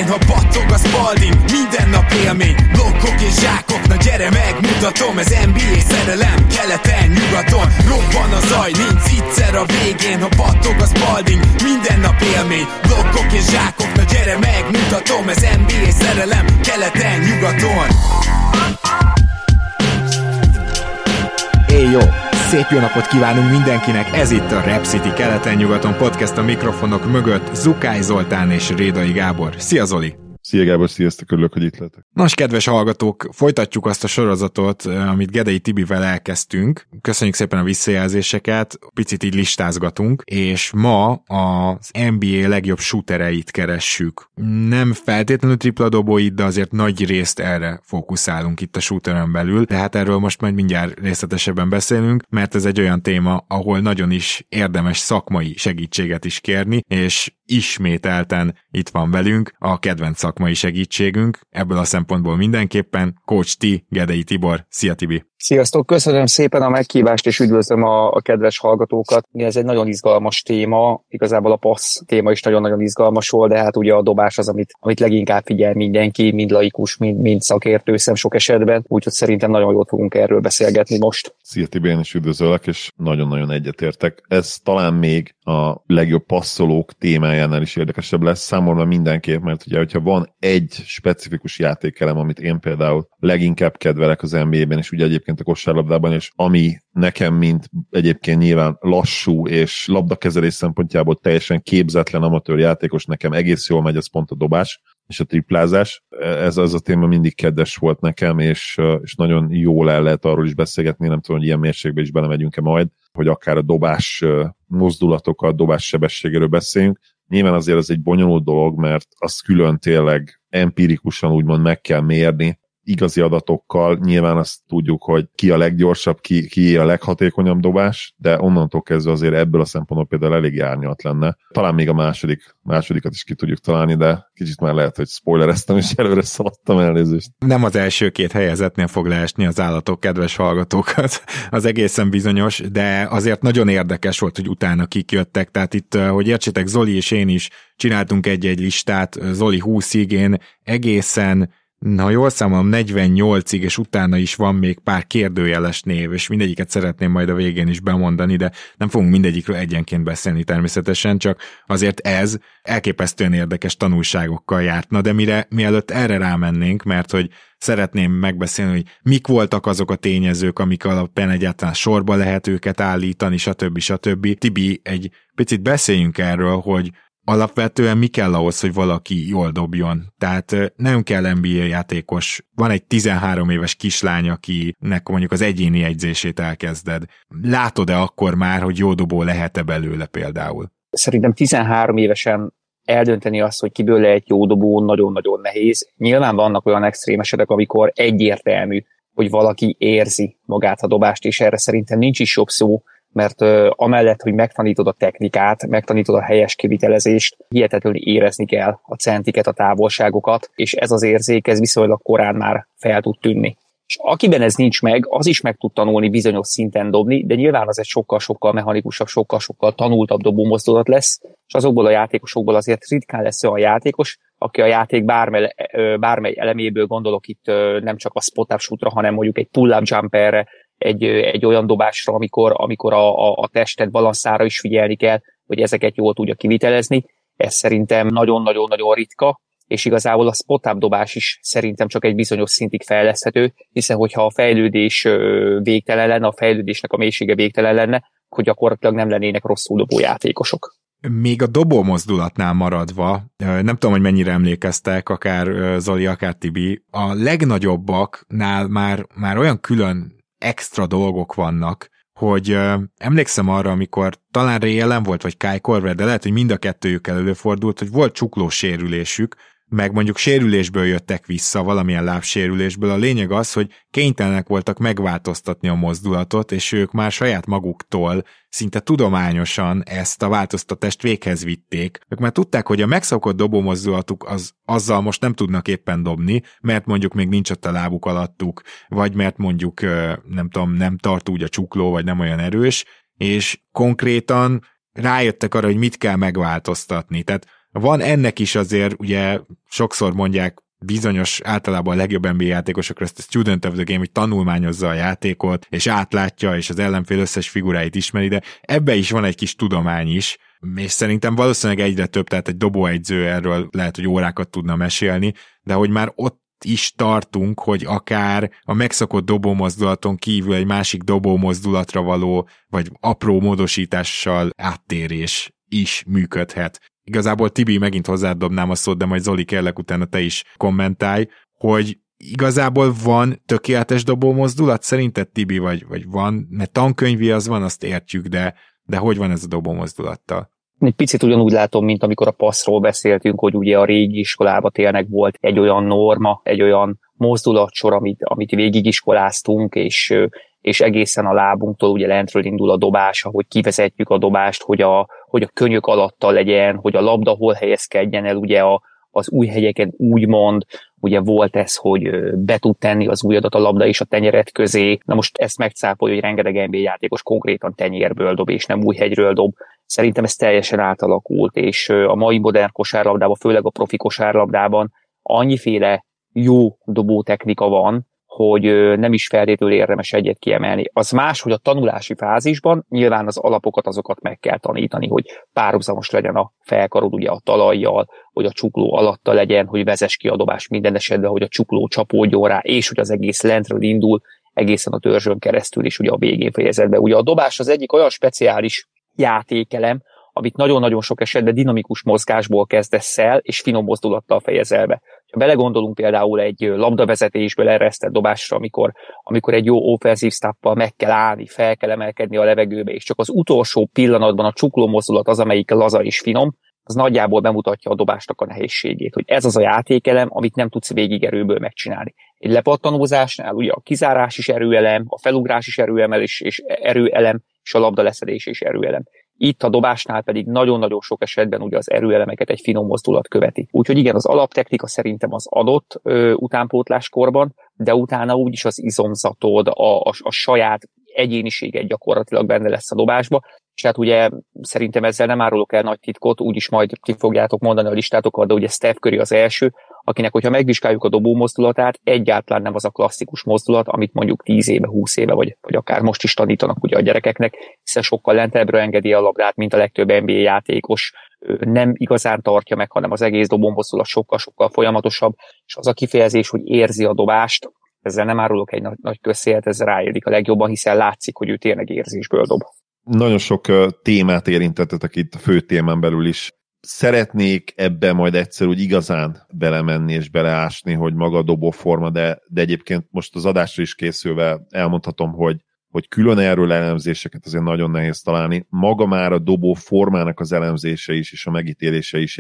végén, ha battog a Spalding, minden nap élmény, blokkok és zsákok, na gyere megmutatom, ez NBA szerelem, keleten, nyugaton, robban a zaj, nincs viccer a végén, ha battog a Spalding, minden nap élmény, blokkok és zsákok, na gyere megmutatom, ez NBA szerelem, keleten, nyugaton. Jó! Szép jó napot kívánunk mindenkinek, ez itt a Rap City keleten-nyugaton podcast, a mikrofonok mögött Zukály Zoltán és Rédai Gábor. Szia Zoli! Szia Gábor, sziasztok, örülök, hogy itt lehetek. Nos, kedves hallgatók, folytatjuk azt a sorozatot, amit Gedei Tibivel elkezdtünk. Köszönjük szépen a visszajelzéseket, picit így listázgatunk, és ma az NBA legjobb shootereit keressük. Nem feltétlenül tripla dobóit, de azért nagy részt erre fókuszálunk itt a shooteren belül, tehát erről most majd mindjárt részletesebben beszélünk, mert ez egy olyan téma, ahol nagyon is érdemes szakmai segítséget is kérni, és ismételten itt van velünk a kedvenc szakmai segítségünk, ebből a szempontból mindenképpen Coach T, Gedei Tibor. Szia Tibi! Sziasztok, köszönöm szépen a meghívást, és üdvözlöm a kedves hallgatókat. Ez egy nagyon izgalmas téma, igazából a passz téma is nagyon-nagyon izgalmas volt, de hát ugye a dobás az, amit leginkább figyel mindenki, mind laikus, mind szakértő szem sok esetben, úgyhogy szerintem nagyon jól fogunk erről beszélgetni most. Szia Tibi, én is üdvözöllek, és nagyon-nagyon egyetértek. Ez talán még a legjobb passzolók témájánál is érdekesebb lesz számomra mindenképp, mert ugye, hogyha van egy specifikus játékelem, amit én például leginkább kedvelek az NBA-ben, és ugye egyébként a kosárlabdában, és ami nekem, mint egyébként nyilván lassú és labdakezelés szempontjából teljesen képzetlen amatőr játékos, nekem egész jól megy, az pont a dobás és a triplázás. Ez az a téma mindig kedves volt nekem, és nagyon jól el lehet arról is beszélgetni, nem tudom, hogy ilyen mérségbe is belemegyünk-e majd, hogy akár a dobás mozdulatokat, dobás sebességéről beszéljünk. Nyilván azért ez egy bonyolult dolog, mert azt külön tényleg empirikusan úgymond meg kell mérni, igazi adatokkal, nyilván azt tudjuk, hogy ki a leggyorsabb, ki a leghatékonyabb dobás, de onnantól kezdve azért ebből a szempontból például elég árnyalt lenne. Talán még a másodikat is ki tudjuk találni, de kicsit már lehet, hogy spoilereztem, és előre szaladtam, elnézést. Nem az első két helyezetnél fog leesni az állatok, kedves hallgatókat, az egészen bizonyos, de azért nagyon érdekes volt, hogy utána kik jöttek, tehát itt, hogy értsétek, Zoli és én is csináltunk egy-egy listát, Zoli 20-ig, én egészen ha jól számolom, 48-ig, és utána is van még pár kérdőjeles név, és mindegyiket szeretném majd a végén is bemondani, de nem fogunk mindegyikről egyenként beszélni természetesen, csak azért ez elképesztően érdekes tanulságokkal járt. Na de mielőtt erre rámennénk, mert hogy szeretném megbeszélni, hogy mik voltak azok a tényezők, amik alapján egyáltalán sorba lehet őket állítani, stb. Tibi, egy picit beszéljünk erről, hogy alapvetően mi kell ahhoz, hogy valaki jól dobjon. Tehát nem kell NBA játékos. Van egy 13 éves kislány, akinek mondjuk az egyéni jegyzését elkezded. Látod-e akkor már, hogy jó dobó lehet-e belőle például? Szerintem 13 évesen eldönteni azt, hogy kiből lehet jó dobó, nagyon-nagyon nehéz. Nyilván vannak olyan extrém esetek, amikor egyértelmű, hogy valaki érzi magát a dobást, és erre szerintem nincs is jobb szó, mert amellett, hogy megtanítod a technikát, megtanítod a helyes kivitelezést, hihetetlenül érezni kell a centiket, a távolságokat, és ez az érzék, ez viszonylag korán már fel tud tűnni. És akiben ez nincs meg, az is meg tud tanulni bizonyos szinten dobni, de nyilván az egy sokkal-sokkal mechanikusabb, sokkal-sokkal tanultabb dobómozdulat lesz, és azokból a játékosokból azért ritkán lesz olyan játékos, aki a játék bármely eleméből, gondolok itt nem csak a spot-up shootra, hanem mondjuk egy pull-up jumperre, egy olyan dobásra, amikor a tested balanszára is figyelni kell, hogy ezeket jól tudja kivitelezni. Ez szerintem nagyon-nagyon-nagyon ritka, és igazából a spot-up dobás is szerintem csak egy bizonyos szintig fejleszthető, hiszen hogyha a fejlődés végtelen lenne, a fejlődésnek a mélysége végtelen lenne, akkor gyakorlatilag nem lennének rosszul dobó játékosok. Még a dobó mozdulatnál maradva, nem tudom, hogy mennyire emlékeztek, akár Zoli, akár Tibi, a legnagyobbaknál már olyan külön extra dolgok vannak, hogy emlékszem arra, amikor talán Ray Allen volt, vagy Kyle Korver, de lehet, hogy mind a kettőjükkel előfordult, hogy volt csuklós sérülésük, meg mondjuk sérülésből jöttek vissza, valamilyen lábsérülésből. A lényeg az, hogy kénytelenek voltak megváltoztatni a mozdulatot, és ők már saját maguktól szinte tudományosan ezt a változtatást véghez vitték. Ők már tudták, hogy a megszokott dobómozdulatuk azzal most nem tudnak éppen dobni, mert mondjuk még nincs ott a lábuk alattuk, vagy mert mondjuk nem tart úgy a csukló, vagy nem olyan erős, és konkrétan rájöttek arra, hogy mit kell megváltoztatni. Tehát van ennek is azért, ugye sokszor mondják bizonyos, általában a legjobb NBA játékosokra ezt a student of the game, hogy tanulmányozza a játékot, és átlátja, és az ellenfél összes figuráit ismeri, de ebbe is van egy kis tudomány is, és szerintem valószínűleg egyre több, tehát egy dobóegyző erről lehet, hogy órákat tudna mesélni, de hogy már ott is tartunk, hogy akár a megszokott dobómozdulaton kívül egy másik dobómozdulatra való, vagy apró módosítással áttérés is működhet. Igazából Tibi, megint hozzádobnám a szót, de majd Zoli, kérlek utána te is kommentálj, hogy igazából van tökéletes dobómozdulat? Szerinted, Tibi, vagy van? Mert tankönyvi az van, azt értjük, de hogy van ez a dobómozdulattal? Egy picit ugyanúgy látom, mint amikor a passzról beszéltünk, hogy ugye a régi iskolában tényleg volt egy olyan norma, egy olyan mozdulatsor, amit végigiskoláztunk, és egészen a lábunktól ugye lentről indul a dobás, ahogy kivezetjük a dobást, hogy a könyök alatta legyen, hogy a labda hol helyezkedjen el, ugye az új helyeken úgymond, ugye volt ez, hogy be tud tenni az ujjadat a labda és a tenyeret közé. Na most ezt megcápolja, hogy rengeteg NBA játékos konkrétan tenyérből dob, és nem új hegyről dob. Szerintem ez teljesen átalakult, és a mai modern kosárlabdában, főleg a profi kosárlabdában annyiféle jó dobótechnika van, hogy nem is feltétlenül érdemes egyet kiemelni. Az más, hogy a tanulási fázisban nyilván az alapokat, azokat meg kell tanítani, hogy párhuzamos legyen a felkarod ugye a talajjal, hogy a csukló alatta legyen, hogy vezess ki a dobás minden esetben, hogy a csukló csapódjon rá, és hogy az egész lentről indul, egészen a törzsön keresztül is ugye a végén fejezett be. Ugye a dobás az egyik olyan speciális játékelem, amit nagyon-nagyon sok esetben dinamikus mozgásból kezdesz el, és finom mozdulattal fejezel be. Ha belegondolunk például egy labdavezetésből eresztett dobásra, amikor egy jó offenzív snappal meg kell állni, fel kell emelkedni a levegőbe, és csak az utolsó pillanatban a csukló mozdulat az, amelyik laza és finom, az nagyjából bemutatja a dobásnak a nehézségét, hogy ez az a játékelem, amit nem tudsz végig erőből megcsinálni. Egy lepattanózásnál ugye a kizárás is erőelem, a felugrás is erőelem, és a labda leszedés is erőelem. Itt a dobásnál pedig nagyon-nagyon sok esetben ugye az erőelemeket egy finom mozdulat követi. Úgyhogy igen, az alaptechnika szerintem az adott utánpótláskorban, de utána úgyis az izomzatod, a saját egyéniséget gyakorlatilag benne lesz a dobásba, és hát ugye szerintem ezzel nem árulok el nagy titkot, úgyis majd ki fogjátok mondani a listátokat, de ugye Steph Curry az első, akinek, hogyha megvizsgáljuk a dobó mozdulatát, egyáltalán nem az a klasszikus mozdulat, amit mondjuk 10 éve, 20 éve, vagy akár most is tanítanak ugye a gyerekeknek, hiszen sokkal lentebbre engedi a labdát, mint a legtöbb NBA játékos, nem igazán tartja meg, hanem az egész dobó mozdulat sokkal-sokkal folyamatosabb, és az a kifejezés, hogy érzi a dobást, ezzel nem árulok egy nagy közszélet, ez ráillik a legjobban, hiszen látszik, hogy ő tényleg érzésből dob. Nagyon sok témát érintettetek itt a fő témán belül is. Szeretnék ebbe majd egyszer úgy igazán belemenni és beleásni, hogy maga a dobóforma, de egyébként most az adásra is készülve elmondhatom, hogy külön erről elemzéseket azért nagyon nehéz találni. Maga már a dobóformának az elemzése is, és a megítélése is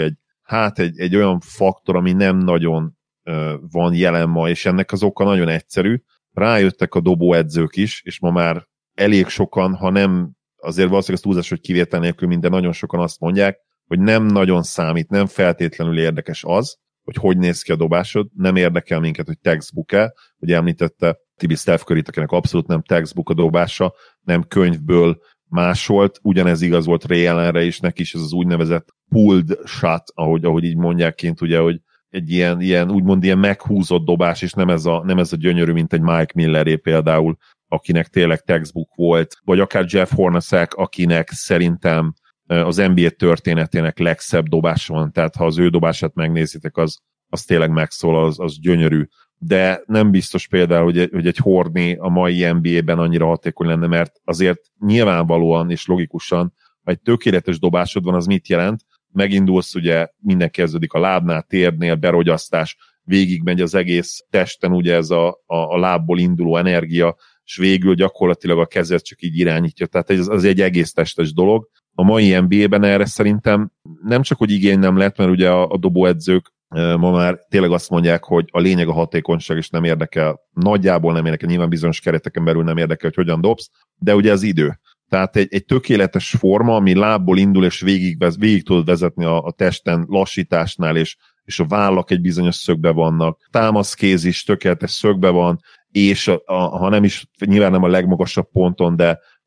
egy olyan faktor, ami nem nagyon van jelen ma, és ennek az oka nagyon egyszerű. Rájöttek a dobóedzők is, és ma már elég sokan, ha nem, azért valószínűleg az túlzás, hogy kivétel nélkül minden, nagyon sokan azt mondják, hogy nem nagyon számít, nem feltétlenül érdekes az, hogy néz ki a dobásod, nem érdekel minket, hogy textbook-e, hogy említette Tibi Steph Curryt, akinek abszolút nem textbook a dobása, nem könyvből másolt, ugyanez igaz volt Ray Allenre is, neki is ez az úgynevezett pulled shot, ahogy így mondják kint, ugye, hogy egy ilyen úgymond ilyen meghúzott dobás, és nem ez a gyönyörű, mint egy Mike Milleré például, akinek tényleg textbook volt, vagy akár Jeff Hornacek, akinek szerintem az NBA történetének legszebb dobása van, tehát ha az ő dobását megnézitek, az tényleg megszól, az gyönyörű. De nem biztos például, hogy egy Horné a mai NBA-ben annyira hatékony lenne, mert azért nyilvánvalóan és logikusan, ha egy tökéletes dobásod van, az mit jelent? Megindulsz, ugye minden kezdődik a lábnál, térnél, berogyasztás, végigmegy az egész testen, ugye ez a lábból induló energia, és végül gyakorlatilag a kezed csak így irányítja. Tehát az egy egész testes dolog. A mai NBA-ben erre szerintem nem csak, hogy igény nem lett, mert ugye a dobóedzők ma már tényleg azt mondják, hogy a lényeg a hatékonyság, és nem érdekel, nagyjából nem érdekel, nyilván bizonyos kereteken belül nem érdekel, hogy hogyan dobsz, de ugye az idő. Tehát egy tökéletes forma, ami lábból indul, és végig tudod vezetni a testen lassításnál, és a vállak egy bizonyos szögbe vannak, támaszkéz is tökéletes szögbe van, és ha nem is, nyilván nem a legmagasabb ponton, de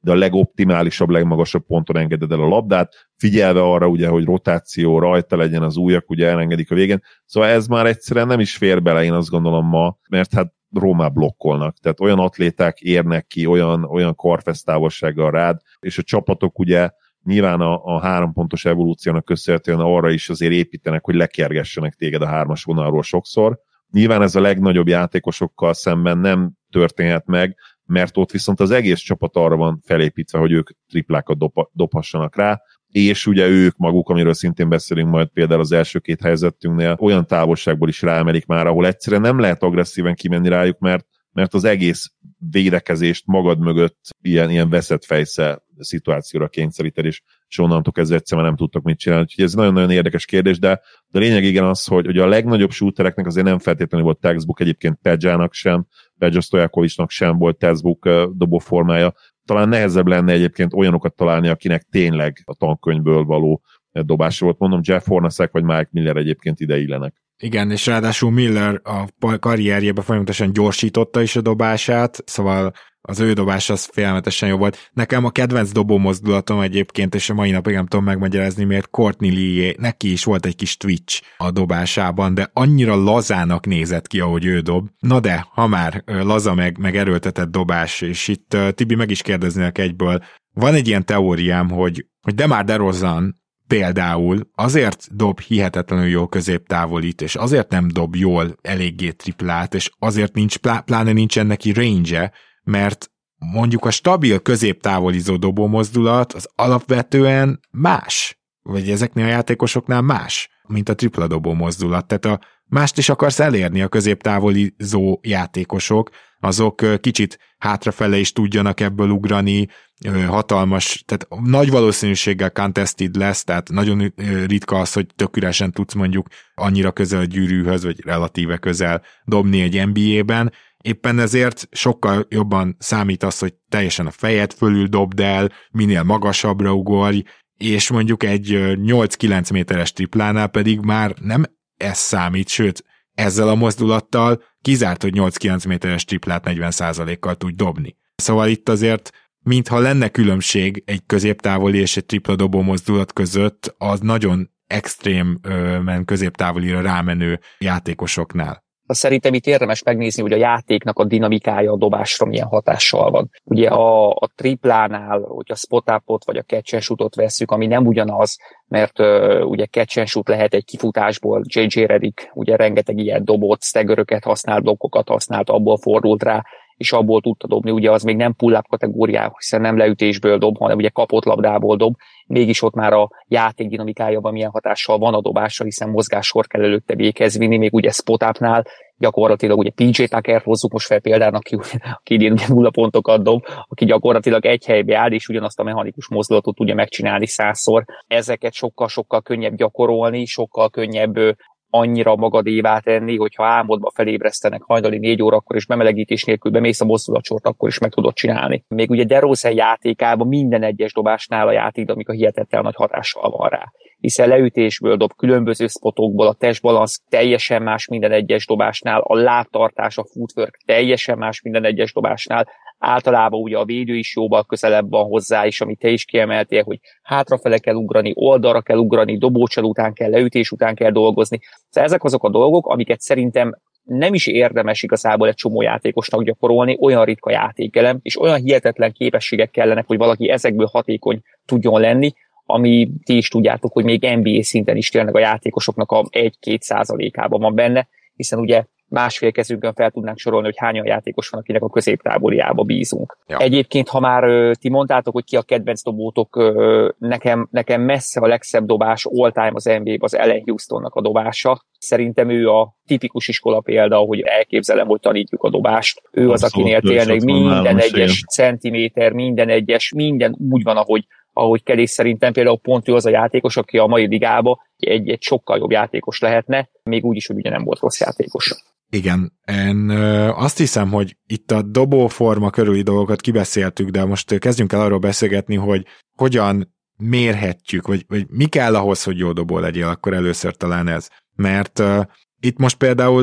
de a legoptimálisabb, legmagasabb ponton engeded el a labdát, figyelve arra ugye, hogy rotáció rajta legyen, az ujjak ugye elengedik a végén. Szóval ez már egyszerűen nem is fér bele, én azt gondolom ma, mert hát Rómát blokkolnak. Tehát olyan atléták érnek ki, olyan karfesztávolsággal rád, és a csapatok ugye nyilván a 3 pontos evolúciónak köszönhetően arra is azért építenek, hogy lekergessenek téged a 3-as vonalról sokszor. Nyilván ez a legnagyobb játékosokkal szemben nem történhet meg, mert ott viszont az egész csapat arra van felépítve, hogy ők triplákat dobhassanak rá, és ugye ők maguk, amiről szintén beszélünk majd például az első 2 helyzetünknél, olyan távolságból is ráemelik már, ahol egyszerűen nem lehet agresszíven kimenni rájuk, mert az egész védekezést magad mögött ilyen veszett fejsze szituációra kényszeríted, és onnantól kezdve egyszerűen nem tudtak mit csinálni. Úgyhogy ez nagyon-nagyon érdekes kérdés, de a lényeg igen az, hogy a legnagyobb shootereknek azért nem feltétlenül volt textbook, egyébként Pedjának sem, Pedja Stojakovicsnak sem volt textbook dobóformája. Talán nehezebb lenne egyébként olyanokat találni, akinek tényleg a tankönyvből való dobása volt. Mondom, Jeff Hornacek vagy Mike Miller egyébként ide illenek. Igen, és ráadásul Miller a karrierjében folyamatosan gyorsította is a dobását, szóval az ő dobása az félelmetesen jó volt. Nekem a kedvenc dobó mozdulatom egyébként, és a mai napig nem tudom megmagyarázni, miért Courtney Lee, neki is volt egy kis twitch a dobásában, de annyira lazának nézett ki, ahogy ő dob. Na de, ha már laza meg erőltetett dobás, és itt Tibi meg is kérdeznének egyből, van egy ilyen teóriám, hogy DeMar DeRozan például azért dob hihetetlenül jól középtávolít, és azért nem dob jól eléggé triplát, és azért pláne nincsen neki range-e, mert mondjuk a stabil középtávolizó dobómozdulat az alapvetően más, vagy ezeknél a játékosoknál más, mint a tripla dobó mozdulat. Tehát a mást is akarsz elérni, a középtávolizó játékosok, azok kicsit hátrafele is tudjanak ebből ugrani, hatalmas, tehát nagy valószínűséggel contested lesz, tehát nagyon ritka az, hogy tök üresen tudsz mondjuk annyira közel a gyűrűhöz, vagy relatíve közel dobni egy NBA-ben. Éppen ezért sokkal jobban számít az, hogy teljesen a fejed fölül dobd el, minél magasabbra ugorj, és mondjuk egy 8-9 méteres triplánál pedig már nem ez számít, sőt, ezzel a mozdulattal kizárt, hogy 8-9 méteres triplát 40%-kal tudj dobni. Szóval itt azért, mintha lenne különbség egy középtávoli és egy tripla dobó mozdulat között, az nagyon extrémen középtávolira rámenő játékosoknál. Szerintem itt érdemes megnézni, hogy a játéknak a dinamikája a dobásra milyen hatással van. Ugye a triplánál, hogy a spot-upot vagy a catch and shootot vesszük, ami nem ugyanaz, mert ugye catch and shoot lehet egy kifutásból, J.J. Redick ugye rengeteg ilyen dobott, staggeröket használt, blokkokat használt, abból fordult rá, és abból tudta dobni, ugye az még nem pull-up kategóriá, hiszen nem leütésből dob, hanem ugye kapott labdából dob, mégis ott már a játék dinamikájában milyen hatással van a dobásra, hiszen mozgássor kell előtte véghez vinni, még ugye spot-upnál gyakorlatilag ugye PJ Tuckert hozzuk most fel példának, aki idén ugye 0 pontokat dob, aki gyakorlatilag egy helybe áll, és ugyanazt a mechanikus mozdulatot tudja megcsinálni 100-szor. Ezeket sokkal-sokkal könnyebb gyakorolni, sokkal könnyebb annyira magadévá tenni, hogyha álmodba felébresztenek hajnali 4 órakor, és bemelegítés nélkül bemész a mozdulatsort, akkor is meg tudod csinálni. Még ugye DeRozan játékában minden egyes dobásnál a játékdinamika hihetetlen nagy hatással van rá. Hiszen leütésből dob, különböző spotokból, a testbalansz teljesen más minden egyes dobásnál, a lábtartás, a footwork teljesen más minden egyes dobásnál, általában ugye a védő is jóval közelebb van hozzá, és amit te is kiemeltél, hogy hátrafele kell ugrani, oldalra kell ugrani, dobócsel után kell, leütés után kell dolgozni. Szóval ezek azok a dolgok, amiket szerintem nem is érdemes igazából egy csomó játékosnak gyakorolni, olyan ritka játékelem, és olyan hihetetlen képességek kellenek, hogy valaki ezekből hatékony tudjon lenni, ami ti is tudjátok, hogy még NBA szinten is tényleg a játékosoknak a 1-2%-ában van benne, hiszen ugye másfél kezünkön fel tudnánk sorolni, hogy hányan játékos van, akinek a középtávoliába bízunk. Ja. Egyébként, ha már ti mondtátok, hogy ki a kedvenc dobótok, nekem messze a legszebb dobás all time az NBA-ben az Allen Houstonnak a dobása. Szerintem ő a tipikus iskola példa, hogy elképzelem, hogy tanítjuk a dobást. Ő az, akinél tényleg minden egyes centiméter, minden úgy van, ahogy kell, és szerintem például pont ő az a játékos, aki a mai ligában egy sokkal jobb játékos lehetne, még úgy is, hogy ugye nem volt rossz játékos. Igen, én azt hiszem, hogy itt a dobóforma körüli dolgokat kibeszéltük, de most kezdjünk el arról beszélgetni, hogy hogyan mérhetjük, vagy mi kell ahhoz, hogy jó dobó legyél, akkor először talán ez. Mert itt most például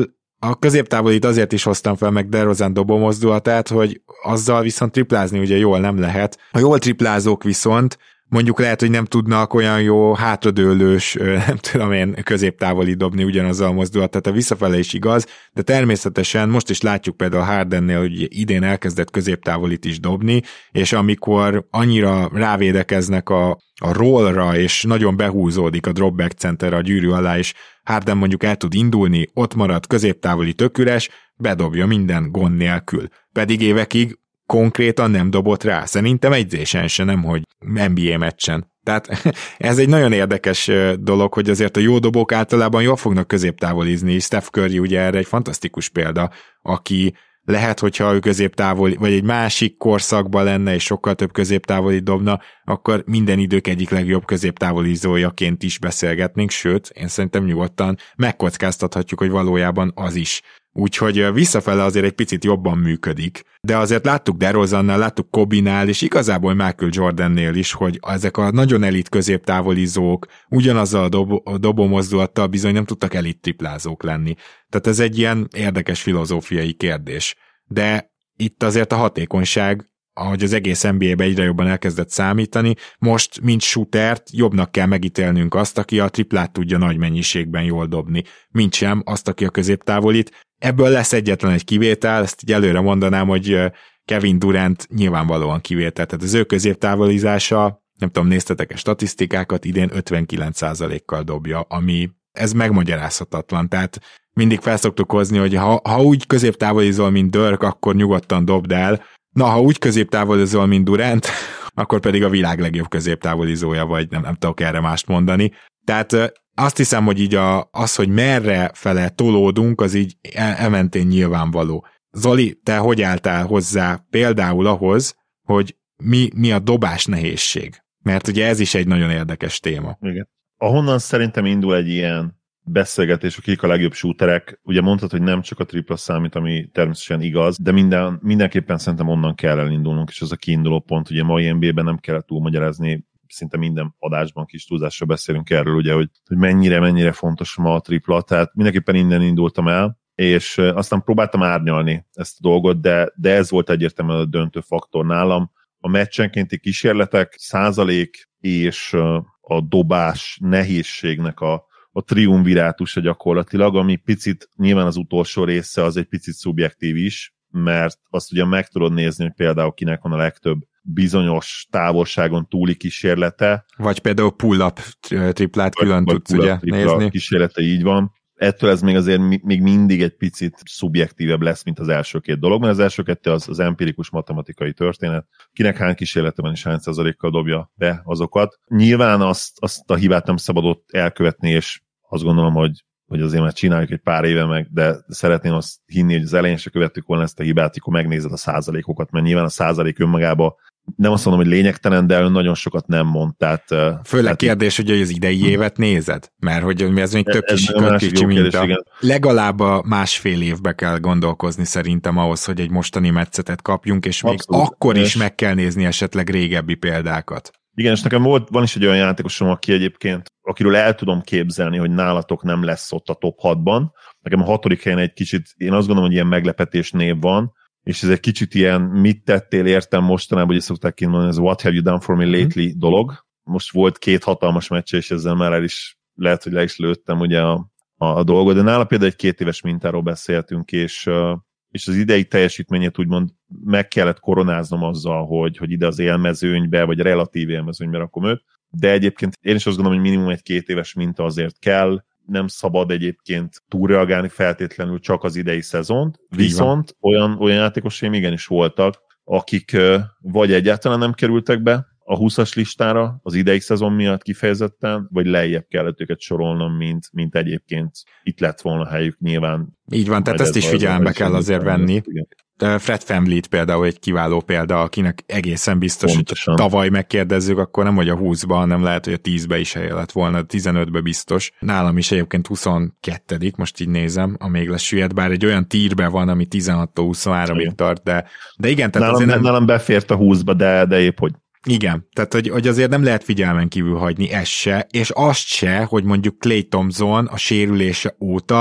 A középtávolit azért is hoztam fel meg DeRozan dobó mozdulatát, hogy azzal viszont triplázni ugye jól nem lehet. A jól triplázók viszont mondjuk lehet, hogy nem tudnak olyan jó hátradőlős, nem tudom én, középtávoli dobni ugyanazzal a mozdulat, tehát a visszafele is igaz, de természetesen most is látjuk például a Hardennél, hogy idén elkezdett középtávolit is dobni, és amikor annyira rávédekeznek a rollra, és nagyon behúzódik a dropback center a gyűrű alá, és Harden mondjuk el tud indulni, ott marad középtávoli tök üres, bedobja minden gond nélkül. Pedig évekig konkrétan nem dobott rá. Szerintem edzésen se, nem, hogy NBA meccsen. Tehát ez egy nagyon érdekes dolog, hogy azért a jó dobók általában jól fognak középtávolizni. Steph Curry ugye erre egy fantasztikus példa, aki lehet, hogyha ő középtávoli, vagy egy másik korszakban lenne, és sokkal több középtávoli dobna, akkor minden idők egyik legjobb középtávolizójaként is beszélgetnénk, sőt, én szerintem nyugodtan megkockáztathatjuk, hogy valójában az is. Úgyhogy visszafele azért egy picit jobban működik. De azért láttuk DeRozannál, láttuk Kobinál, és igazából Michael Jordannél is, hogy ezek a nagyon elit középtávolizók ugyanazzal a dobómozdulattal bizony nem tudtak elit triplázók lenni. Tehát ez egy ilyen érdekes filozófiai kérdés. De itt azért a hatékonyság, ahogy az egész NBA-be egyre jobban elkezdett számítani, most, mint shootert, jobbnak kell megítélnünk azt, aki a triplát tudja nagy mennyiségben jól dobni, mint sem azt, aki a középtávolit. Ebből lesz egyetlen egy kivétel, ezt így előre mondanám, hogy Kevin Durant nyilvánvalóan kivétel, tehát az ő középtávolizása, nem tudom, néztetek-e statisztikákat, idén 59%-kal dobja, ami ez megmagyarázhatatlan, tehát mindig felszoktuk hozni, hogy ha úgy középtávolizol, mint Dirk, akkor nyugodtan dobd el, na, ha úgy középtávolizol, mint Durant, akkor pedig a világ legjobb középtávolizója vagy, nem tudok erre mást mondani. Tehát azt hiszem, hogy így az, hogy merre fele tolódunk, az így elmentén nyilvánvaló. Zoli, te hogy álltál hozzá például ahhoz, hogy mi a dobás nehézség? Mert ugye ez is egy nagyon érdekes téma. Igen. Ahonnan szerintem indul egy ilyen beszélgetés, akik a legjobb shooterek, ugye mondtad, hogy nem csak a tripla számít, ami természetesen igaz, de mindenképpen szerintem onnan kell elindulnunk, és az a kiinduló pont, ugye mai NBA-ben nem kellett túlmagyarázni, szinte minden adásban kis túlzásra beszélünk erről, ugye, hogy mennyire fontos ma a tripla, tehát mindenképpen innen indultam el, és aztán próbáltam árnyalni ezt a dolgot, de ez volt egyértelműen a döntő faktor nálam. A meccsenkénti kísérletek, százalék és a dobás nehézségnek a triumvirátusa gyakorlatilag, ami picit, nyilván az utolsó része az egy picit szubjektív is, mert azt ugye meg tudod nézni, hogy például kinek van a legtöbb bizonyos távolságon túli kísérlete. Vagy például pull-up triplát külön tudsz ugye nézni. Kísérlete, így van. Ettől ez még azért még mindig egy picit szubjektívebb lesz, mint az első két dolog, mert az első kettő az empirikus matematikai történet. Kinek hány kísérlete van és hány százalékkal dobja be azokat. Nyilván azt a hibát nem szabadott elkövetni, és azt gondolom, hogy azért már csináljuk egy pár éve meg, de szeretném azt hinni, hogy az elején se követtük volna ezt a hibát, akkor megnézed a százalékokat, mert nyilván a százalék önmagában nem azt mondom, hogy lényegtelen, de nagyon sokat nem mond. Tehát, főleg kérdés, hogy az idei évet nézed, mert hogy ez még tök kicsi minta. Legalább a másfél évbe kell gondolkozni szerintem ahhoz, hogy egy mostani metszetet kapjunk, és még abszolút, akkor is meg kell nézni esetleg régebbi példákat. Igen, és nekem van is egy olyan játékosom, aki egyébként, akiről el tudom képzelni, hogy nálatok nem lesz ott a top 6-ban. Nekem a 6. helyen egy kicsit, én azt gondolom, hogy ilyen meglepetés név van, és ez egy kicsit ilyen mit tettél értem mostanában, hogy szokták mondani, ez what have you done for me lately dolog. Most volt 2 hatalmas meccse, és ezzel már lehet, hogy le is lőttem ugye a dolgot, de nála például egy 2 éves mintáról beszéltünk, és az idei teljesítményét úgymond meg kellett koronáznom azzal, hogy ide az élmezőnybe, vagy relatív élmezőnybe rakom őt, de egyébként én is azt gondolom, hogy minimum egy 2 éves minta azért kell, nem szabad egyébként túlreagálni feltétlenül csak az idei szezont, viszont olyan játékosaim igenis voltak, akik vagy egyáltalán nem kerültek be a 20-as listára az idei szezon miatt kifejezetten, vagy lejjebb kellett őket sorolnom, mint egyébként itt lett volna helyük nyilván. Így van, tehát ezt is figyelembe kell azért venni. De Fred VanVleet például egy kiváló példa, akinek egészen biztos, pontosan, hogy tavaly megkérdezzük, akkor nem vagy a 20-ba, hanem lehet, hogy a 10-be is helye lett volna, 15-be biztos. Nálam is egyébként 22. most így nézem, a még lesüllyedt, bár egy olyan tírbe van, ami 16-tól 23-ig tart, de igen. Tehát nálam befért a 20-ba, de épp hogy. Igen, tehát hogy azért nem lehet figyelmen kívül hagyni ezt se, és azt se, hogy mondjuk Klay Thompson a sérülése óta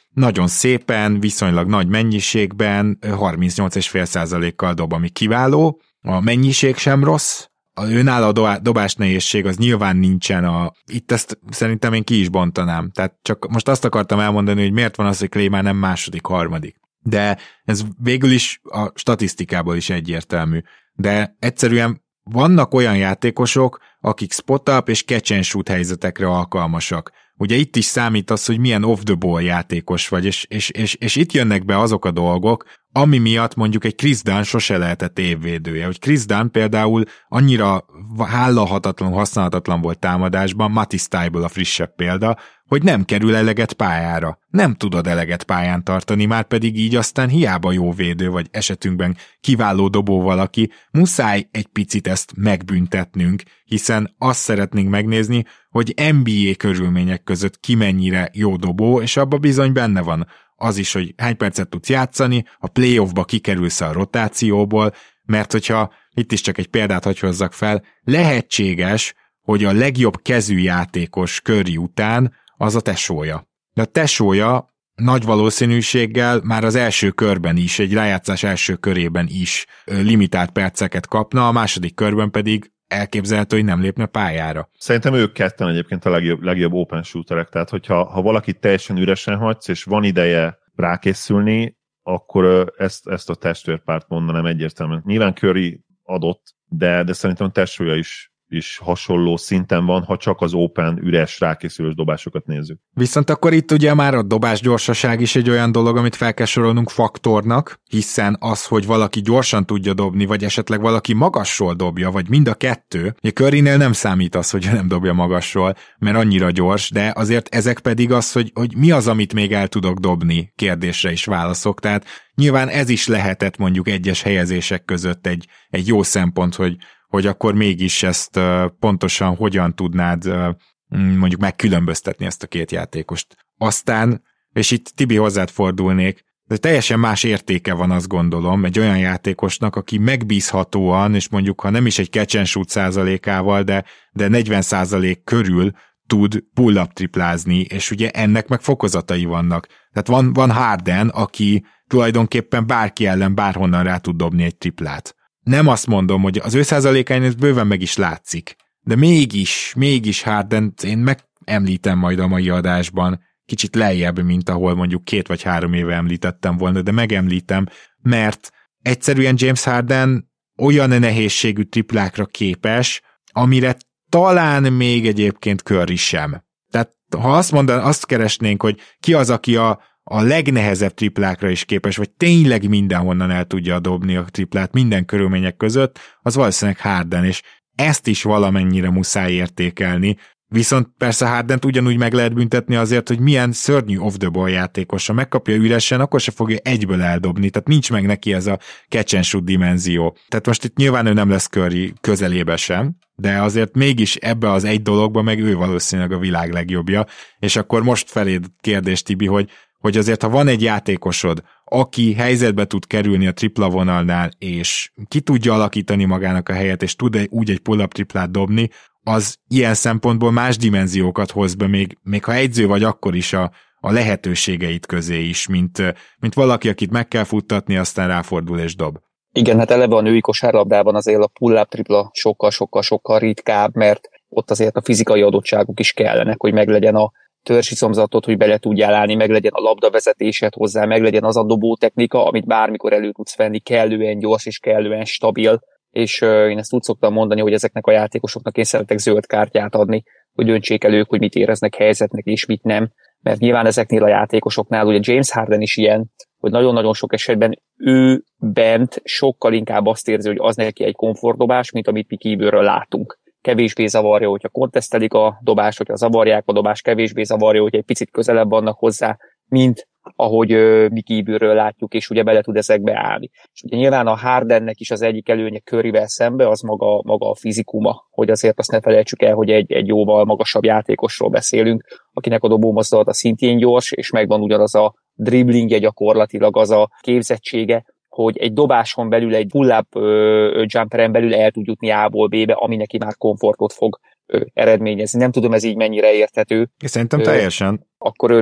nagyon szépen, viszonylag nagy mennyiségben 38,5%-kal dob, ami kiváló, a mennyiség sem rossz, őnála a dobás nehézség az nyilván nincsen, itt ezt szerintem én ki is bontanám, tehát csak most azt akartam elmondani, hogy miért van az, hogy Clay már nem második, harmadik. De ez végül is a statisztikából is egyértelmű. De egyszerűen vannak olyan játékosok, akik spot-up és catch and shoot helyzetekre alkalmasak. Ugye itt is számít az, hogy milyen off-the-ball játékos vagy, és itt jönnek be azok a dolgok, ami miatt mondjuk egy Chris Dunn sose lehetett évvédője. Hogy Chris Dunn például annyira hállalhatatlan, használhatatlan volt támadásban, Matisse Thybulle a frissebb példa, hogy nem kerül eleget pályára. Nem tudod eleget pályán tartani, már pedig így aztán hiába jó védő, vagy esetünkben kiváló dobó valaki, muszáj egy picit ezt megbüntetnünk, hiszen azt szeretnénk megnézni, hogy NBA körülmények között ki mennyire jó dobó, és abban bizony benne van az is, hogy hány percet tudsz játszani, a playoffba kikerülsz a rotációból, mert hogyha itt is csak egy példát hagy hozzak fel, lehetséges, hogy a legjobb kezű játékos Curry után az a tesója. De a tesója nagy valószínűséggel már az első körben is, egy rájátszás első körében is limitált perceket kapna, a második körben pedig elképzelhető, hogy nem lépne pályára. Szerintem ők ketten egyébként a legjobb open shooterek, tehát hogyha valakit teljesen üresen hagysz, és van ideje rákészülni, akkor ezt a testvérpárt mondanám egyértelműen. Nyilván Curry adott, de szerintem a testvője is hasonló szinten van, ha csak az open, üres, rákészülős dobásokat nézzük. Viszont akkor itt ugye már a dobás gyorsaság is egy olyan dolog, amit fel kell sorolnunk faktornak, hiszen az, hogy valaki gyorsan tudja dobni, vagy esetleg valaki magasról dobja, vagy mind a kettő, ugye Currynél nem számít az, hogy nem dobja magasról, mert annyira gyors, de azért ezek pedig az, hogy mi az, amit még el tudok dobni kérdésre is válaszok, tehát nyilván ez is lehetett mondjuk egyes helyezések között egy jó szempont, hogy akkor mégis ezt pontosan hogyan tudnád mondjuk megkülönböztetni ezt a két játékost. Aztán, és itt Tibi hozzád fordulnék, de teljesen más értéke van, azt gondolom, egy olyan játékosnak, aki megbízhatóan, és mondjuk ha nem is egy catch and shoot százalékával, de 40% körül tud pull-up triplázni, és ugye ennek meg fokozatai vannak. Tehát van Harden, aki tulajdonképpen bárki ellen bárhonnan rá tud dobni egy triplát. Nem azt mondom, hogy az ő százalékain ez bőven meg is látszik, de mégis Hardent én megemlítem majd a mai adásban, kicsit lejjebb, mint ahol mondjuk 2 vagy 3 éve említettem volna, de megemlítem, mert egyszerűen James Harden olyan nehézségű triplákra képes, amire talán még egyébként Curry sem. Tehát ha azt keresnénk, hogy ki az, aki a legnehezebb triplákra is képes, vagy tényleg mindenhonnan el tudja dobni a triplát minden körülmények között, az valószínűleg Harden, és ezt is valamennyire muszáj értékelni, viszont persze Hardent ugyanúgy meg lehet büntetni azért, hogy milyen szörnyű off-the-ball játékos, ha megkapja üresen, akkor se fogja egyből eldobni, tehát nincs meg neki ez a catch and shoot dimenzió. Tehát most itt nyilván ő nem lesz Curry közelébe sem, de azért mégis ebbe az egy dologba meg ő valószínűleg a világ legjobbja, és akkor most feléd kérdés, Tibi, hogy azért, ha van egy játékosod, aki helyzetbe tud kerülni a tripla vonalnál, és ki tudja alakítani magának a helyet, és tud úgy egy pull-up triplát dobni, az ilyen szempontból más dimenziókat hoz be, még ha egyző vagy, akkor is a lehetőségeit közé is, mint valaki, akit meg kell futtatni, aztán ráfordul és dob. Igen, hát eleve a női kosárlabdában azért a pull-up tripla sokkal ritkább, mert ott azért a fizikai adottságok is kellenek, hogy meglegyen a törzsizomzatot, hogy bele tudjál állni, meglegyen a labdavezetésed hozzá, meglegyen az a dobó technika, amit bármikor elő tudsz venni, kellően gyors és kellően stabil, és én ezt úgy szoktam mondani, hogy ezeknek a játékosoknak én szeretek zöld kártyát adni, hogy döntsék el ők, hogy mit éreznek helyzetnek és mit nem, mert nyilván ezeknél a játékosoknál, ugye James Harden is ilyen, hogy nagyon-nagyon sok esetben ő bent sokkal inkább azt érzi, hogy az neki egy komfortdobás, mint amit mi kívülről látunk. Kevésbé zavarja, hogyha kontesztelik a dobást, hogyha zavarják a dobást, kevésbé zavarja, hogy egy picit közelebb vannak hozzá, mint ahogy mi kívülről látjuk, és ugye bele tud ezekbe állni. És ugye nyilván a Hardennek is az egyik előnye Curryvel szembe, az maga a fizikuma, hogy azért azt ne felejtsük el, hogy egy jóval magasabb játékosról beszélünk, akinek a dobómozdulata szintén gyors, és megvan ugyanaz a dribblingje gyakorlatilag, az a képzettsége, hogy egy dobáson belül, egy pull-up jumperen belül el tud jutni A-ból B-be, ami neki már komfortot fog eredményezni. Nem tudom, ez így mennyire érthető. Szerintem teljesen. Akkor örülök.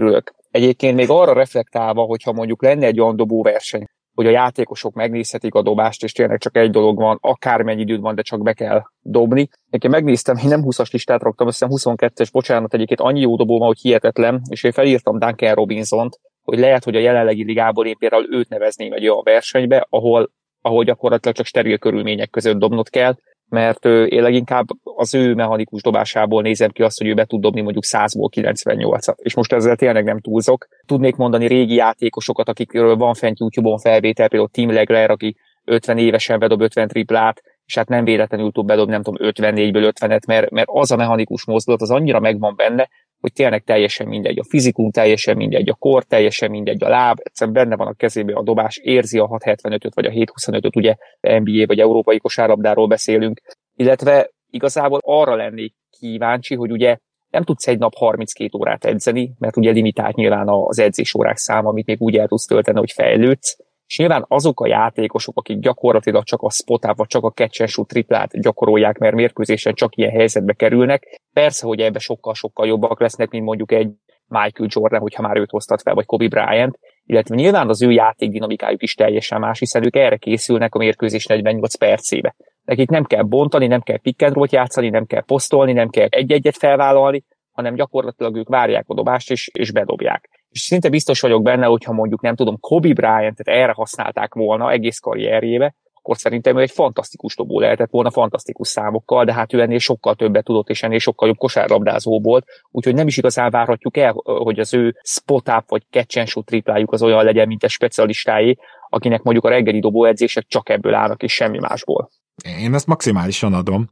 Egyébként még arra reflektálva, hogyha mondjuk lenne egy olyan dobóverseny, hogy a játékosok megnézhetik a dobást, és tényleg csak egy dolog van, akármennyi időd van, de csak be kell dobni. Én megnéztem, én nem 20-as listát raktam, azt hiszem 22-es, bocsánat, egyébként annyi jó dobó van, hogy hihetetlen, és én felírtam Duncan Robinsont, hogy lehet, hogy a jelenlegi ligából én például őt nevezném egy olyan versenybe, ahol gyakorlatilag csak steril körülmények között dobnod kell, mert én leginkább az ő mechanikus dobásából nézem ki azt, hogy ő be tud dobni mondjuk 100-ból 98-at. És most ezzel tényleg nem túlzok. Tudnék mondani régi játékosokat, akikről van fent YouTube-on felvétel, például Tim Legler, aki 50 évesen bedob 50 triplát, és hát nem véletlenül tud bedobni, nem tudom, 54-ből 50-et, mert az a mechanikus mozdulat az annyira megvan benne, hogy tényleg teljesen mindegy a fizikum, teljesen mindegy a kor, teljesen mindegy a láb, egyszerűen benne van a kezében a dobás, érzi a 6.75-öt vagy a 7.25-öt, ugye NBA vagy európai kosárlabdáról beszélünk, illetve igazából arra lennék kíváncsi, hogy ugye nem tudsz egy nap 32 órát edzeni, mert ugye limitált nyilván az edzésórák száma, amit még úgy el tudsz tölteni, hogy fejlődsz, és nyilván azok a játékosok, akik gyakorlatilag csak a spot-up, vagy csak a catch and shoot triplát gyakorolják, mert mérkőzésen csak ilyen helyzetbe kerülnek, persze, hogy ebbe sokkal-sokkal jobbak lesznek, mint mondjuk egy Michael Jordan, hogyha már őt hoztat fel, vagy Kobe Bryant, illetve nyilván az ő játékdinamikájuk is teljesen más, hiszen ők erre készülnek a mérkőzés 48 percébe. Nekik nem kell bontani, nem kell pick and roll-t játszani, nem kell posztolni, nem kell egy-egyet felvállalni, hanem gyakorlatilag ők várják a dobást és bedobják. És szinte biztos vagyok benne, hogyha mondjuk nem tudom, Kobe Bryant-et erre használták volna egész karrierjébe, akkor szerintem ő egy fantasztikus dobó lehetett volna, fantasztikus számokkal, de hát ő ennél sokkal többet tudott, és ennél sokkal jobb kosárlabdázó volt, úgyhogy nem is igazán várhatjuk el, hogy az ő spot-up vagy catch and shoot triplájuk az olyan legyen, mint egy specialistáé, akinek mondjuk a reggeli dobóedzések csak ebből állnak, és semmi másból. Én ezt maximálisan adom.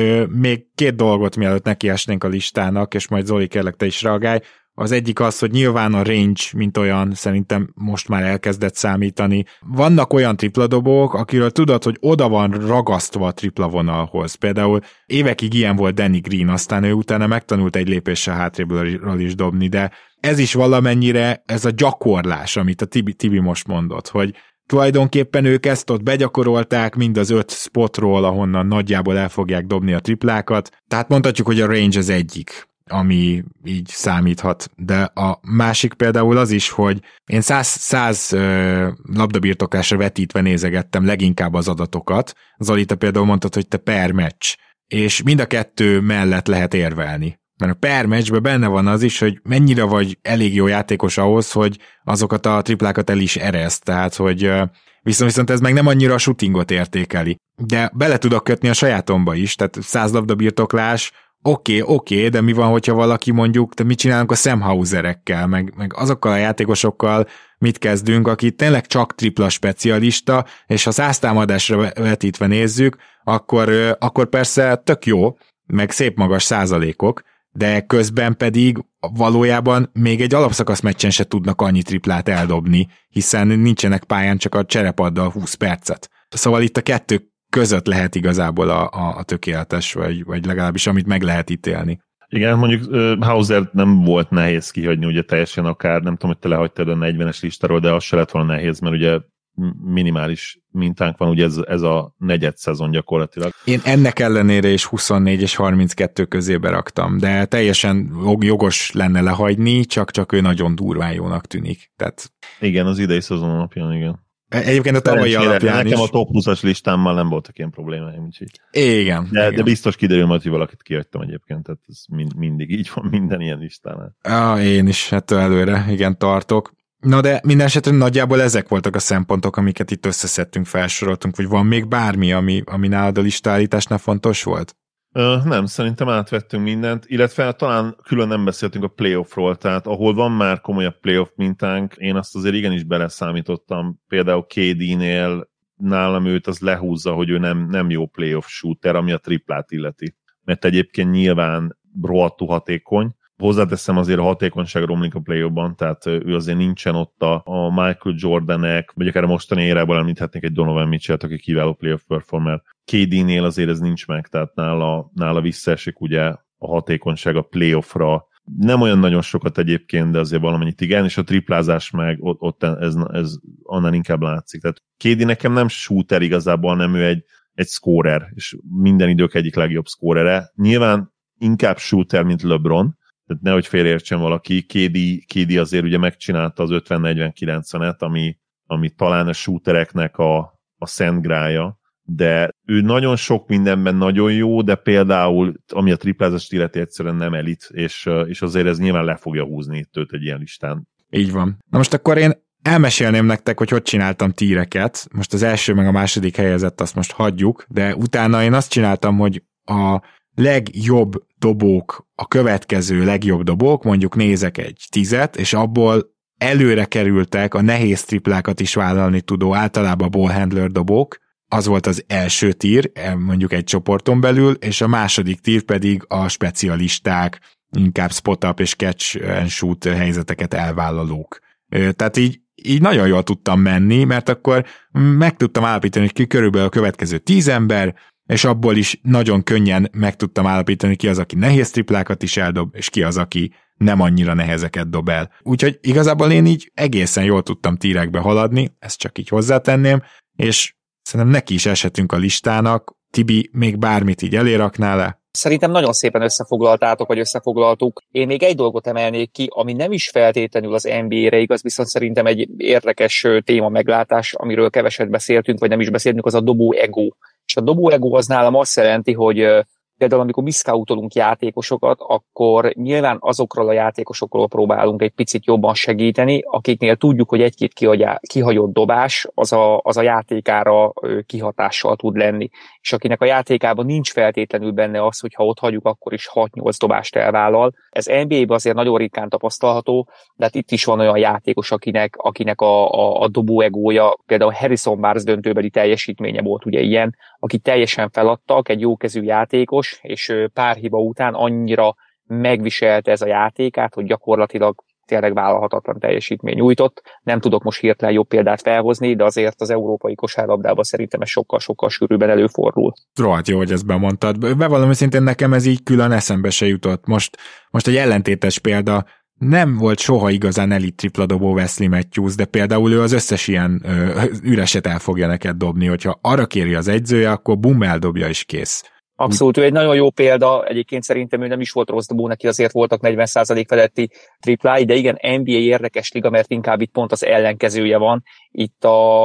Még két dolgot, mielőtt nekiesnénk a listának, és majd Zoli, kérlek, te is reagálj. Az egyik az, hogy nyilván a range, mint olyan, szerintem most már elkezdett számítani. Vannak olyan tripladobók, akiről tudod, hogy oda van ragasztva a tripla vonalhoz. Például évekig ilyen volt Danny Green, aztán ő utána megtanult egy lépéssel hátrébről is dobni, de ez is valamennyire ez a gyakorlás, amit a Tibi most mondott, hogy tulajdonképpen ők ezt ott begyakorolták mind az 5 spotról, ahonnan nagyjából el fogják dobni a triplákat. Tehát mondhatjuk, hogy a range az egyik, ami így számíthat. De a másik például az is, hogy én 100 labdabirtoklásra vetítve nézegettem leginkább az adatokat. Zoli, te például mondtad, hogy te per meccs, és mind a kettő mellett lehet érvelni. Mert a per meccsben benne van az is, hogy mennyire vagy elég jó játékos ahhoz, hogy azokat a triplákat el is ereszt, tehát hogy viszont ez meg nem annyira a shootingot értékeli. De bele tudok kötni a sajátomba is, tehát 100 labdabirtoklás, oké, de mi van, hogyha valaki mondjuk, de mit csinálunk a Sam Hauserekkel, meg azokkal a játékosokkal mit kezdünk, aki tényleg csak tripla specialista, és ha 100 támadásra vetítve nézzük, akkor persze tök jó, meg szép magas százalékok, de közben pedig valójában még egy alapszakasz meccsen se tudnak annyi triplát eldobni, hiszen nincsenek pályán csak a cserepaddal 20 percet. Szóval itt a kettő között lehet igazából a tökéletes, vagy legalábbis amit meg lehet ítélni. Igen, mondjuk Hauser nem volt nehéz kihagyni, ugye teljesen akár, nem tudom, hogy te lehagytad a 40-es listáról, de az se lett volna nehéz, mert ugye minimális mintánk van, ugye ez a negyed szezon gyakorlatilag. Én ennek ellenére is 24 és 32 közébe raktam, de teljesen jogos lenne lehagyni, csak ő nagyon durván jónak tűnik. Tehát... Igen, az idei szezon alapján, igen. Egyébként a tavalyi alapján nekem is. A top 20-as listámmal nem voltak ilyen problémáim, úgyhogy. Igen. De biztos kiderül majd, hogy valakit kihagytam egyébként, tehát ez mindig így van minden ilyen listánál. Én is ettől előre, igen, tartok. Na de minden esetre nagyjából ezek voltak a szempontok, amiket itt összeszedtünk, felsoroltunk, vagy van még bármi, ami nálad a listállításnál fontos volt? Nem, szerintem átvettünk mindent, illetve talán külön nem beszéltünk a playoffról, tehát ahol van már komolyabb playoff mintánk, én azt azért igenis beleszámítottam, például KD-nél nálam őt az lehúzza, hogy ő nem jó playoff shooter, ami a triplát illeti, mert egyébként nyilván rohadtul hatékony. Hozzáteszem, azért a hatékonyság romlik a play-offban, tehát ő azért nincsen ott a Michael Jordanek, vagy akár a mostani érából említhetnék egy Donovan Mitchell-t, aki kiváló playoff performer. KD-nél azért ez nincs meg, tehát nála visszaesik ugye a hatékonyság a playoffra. Nem olyan nagyon sokat egyébként, de azért valamennyit igen, és a triplázás meg ott ez annál inkább látszik. Tehát KD nekem nem shooter igazából, hanem ő egy scorer, és minden idők egyik legjobb scorere. Nyilván inkább shooter, mint LeBron, Tehát nehogy félreértsen valaki, KD azért ugye megcsinálta az 50-40-90-et, ami talán a shootereknek a szent grája, de ő nagyon sok mindenben nagyon jó, de például, ami a triplázast illeti, egyszerűen nem elit, és azért ez nyilván le fogja húzni őt egy ilyen listán. Így van. Na most akkor én elmesélném nektek, hogy csináltam tíreket. Most az első meg a második helyezett, azt most hagyjuk, de utána én azt csináltam, hogy a legjobb dobók, a következő legjobb dobók, mondjuk nézek egy 10-et, és abból előre kerültek a nehéz triplákat is vállalni tudó, általában ballhandler dobók, az volt az első tír, mondjuk egy csoporton belül, és a második tír pedig a specialisták, inkább spot-up és catch and shoot helyzeteket elvállalók. Tehát így nagyon jól tudtam menni, mert akkor meg tudtam állapítani, hogy ki körülbelül a következő 10 ember, és abból is nagyon könnyen meg tudtam állapítani, ki az, aki nehéz triplákat is eldob, és ki az, aki nem annyira nehezeket dob el. Úgyhogy igazából én így egészen jól tudtam tírekbe haladni, ezt csak így hozzátenném, és szerintem neki is eshetünk a listának. Tibi, még bármit így eléraknál le? Szerintem nagyon szépen összefoglaltátok, vagy összefoglaltuk. Én még egy dolgot emelnék ki, ami nem is feltétlenül az NBA-re igaz, viszont szerintem egy érdekes téma meglátás, amiről keveset beszéltünk, vagy nem is beszéltünk, az a dobó ego. És a dobó ego az nálam azt jelenti, hogy például amikor mi scoutolunk játékosokat, akkor nyilván azokról a játékosokról próbálunk egy picit jobban segíteni, akiknél tudjuk, hogy egy-két kihagyott dobás az a játékára kihatással tud lenni. És akinek a játékában nincs feltétlenül benne az, hogy ha ott hagyjuk, akkor is 6-8 dobást elvállal. Ez NBA-ben azért nagyon ritkán tapasztalható, de hát itt is van olyan játékos, akinek a dobó egója, például Harrison Barnes döntőbeli teljesítménye volt ugye ilyen, aki teljesen feladtak, egy jókezű játékos, és pár hiba után annyira megviselte ez a játékát, hogy gyakorlatilag tényleg vállalhatatlan teljesítmény nyújtott. Nem tudok most hirtelen jobb példát felhozni, de azért az európai kosárlabdában szerintem ez sokkal-sokkal sűrűbben előfordul. Rohadt jó, hogy ezt bemondtad. Bevallom őszintén, nekem ez így külön eszembe se jutott. Most egy ellentétes példa, nem volt soha igazán elit tripladobó Wesley Matthews, de például ő az összes ilyen üreset el fogja neked dobni, hogyha arra kéri az edzője, akkor bum, eldobja és kész. Abszolút, ő egy nagyon jó példa, egyébként szerintem ő nem is volt rossz dobó, neki azért voltak 40% feletti triplái, de igen, NBA érdekes liga, mert inkább itt pont az ellenkezője van, itt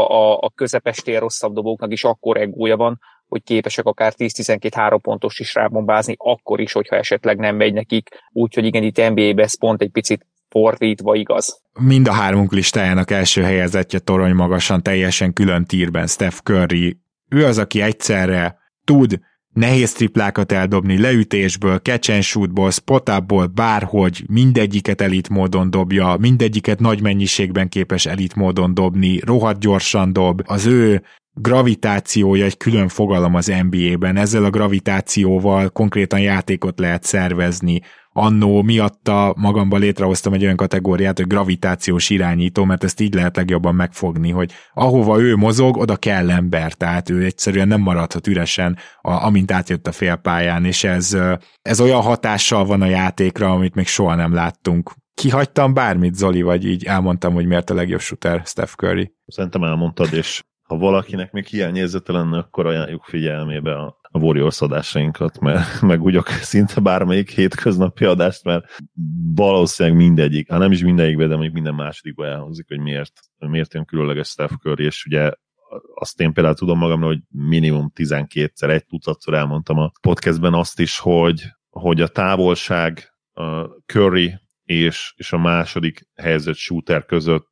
a közepestél rosszabb dobóknak is akkor egója van, hogy képesek akár 10-12-3 pontos is rábombázni, akkor is, hogyha esetleg nem megy nekik, úgyhogy igen, itt NBA-ben ez pont egy picit fordítva igaz. Mind a hármunk listájának első helyezettje torony magasan, teljesen külön tírben Steph Curry. Ő az, aki egyszerre tud nehéz triplákat eldobni, leütésből, catch and shootból, spot-upból, bárhogy, mindegyiket elit módon dobja, mindegyiket nagy mennyiségben képes elit módon dobni, rohadt gyorsan dob, az ő gravitációja egy külön fogalom az NBA-ben, ezzel a gravitációval konkrétan játékot lehet szervezni. Annó miatta magamban létrehoztam egy olyan kategóriát, hogy gravitációs irányító, mert ezt így lehet legjobban megfogni, hogy ahova ő mozog, oda kell ember, tehát ő egyszerűen nem maradhat üresen, amint átjött a félpályán, és ez olyan hatással van a játékra, amit még soha nem láttunk. Kihagytam bármit, Zoli, vagy így elmondtam, hogy miért a legjobb shooter Steph Curry? Szerintem elmondtad, és ha valakinek még hiányérzete lenne, akkor ajánljuk figyelmébe a Warriors adásainkat, mert meg úgy szinte bármelyik hétköznapi adást, mert valószínűleg mindegyik, nem is mindegyikben, de még minden másodikban elhangzik, hogy miért ilyen különleges Steph Curry, és ugye azt én például tudom magamra, hogy minimum 12-szer, egy tucatszor elmondtam a podcastben azt is, hogy a távolság a Curry és a második helyzet shooter között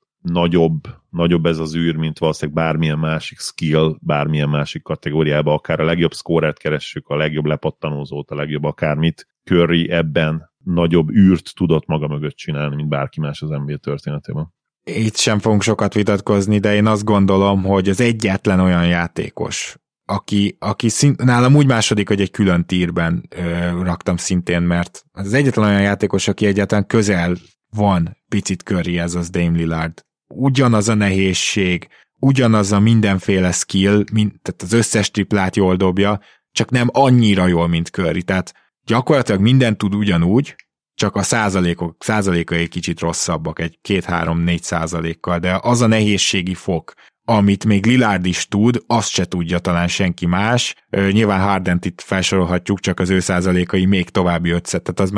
nagyobb ez az űr, mint valószínűleg bármilyen másik skill, bármilyen másik kategóriában, akár a legjobb szkórert keressük, a legjobb lepattanózót, a legjobb akármit. Curry ebben nagyobb űrt tudott maga mögött csinálni, mint bárki más az NBA történetében. Itt sem fogunk sokat vitatkozni, de én azt gondolom, hogy az egyetlen olyan játékos, aki nálam úgy második, hogy egy külön tírben raktam szintén, mert az egyetlen olyan játékos, aki egyáltalán közel van picit Curryhez, az Dame Lillard. Ugyanaz a nehézség, ugyanaz a mindenféle skill, tehát az összes triplát jól dobja, csak nem annyira jól, mint Curry. Tehát gyakorlatilag mindent tud ugyanúgy, csak a százalékai kicsit rosszabbak, egy 2-3-4%-kal, de az a nehézségi fok, amit még Lillard is tud, azt se tudja talán senki más. Nyilván Hardent itt felsorolhatjuk, csak az ő százalékai még további 5-szet, tehát az már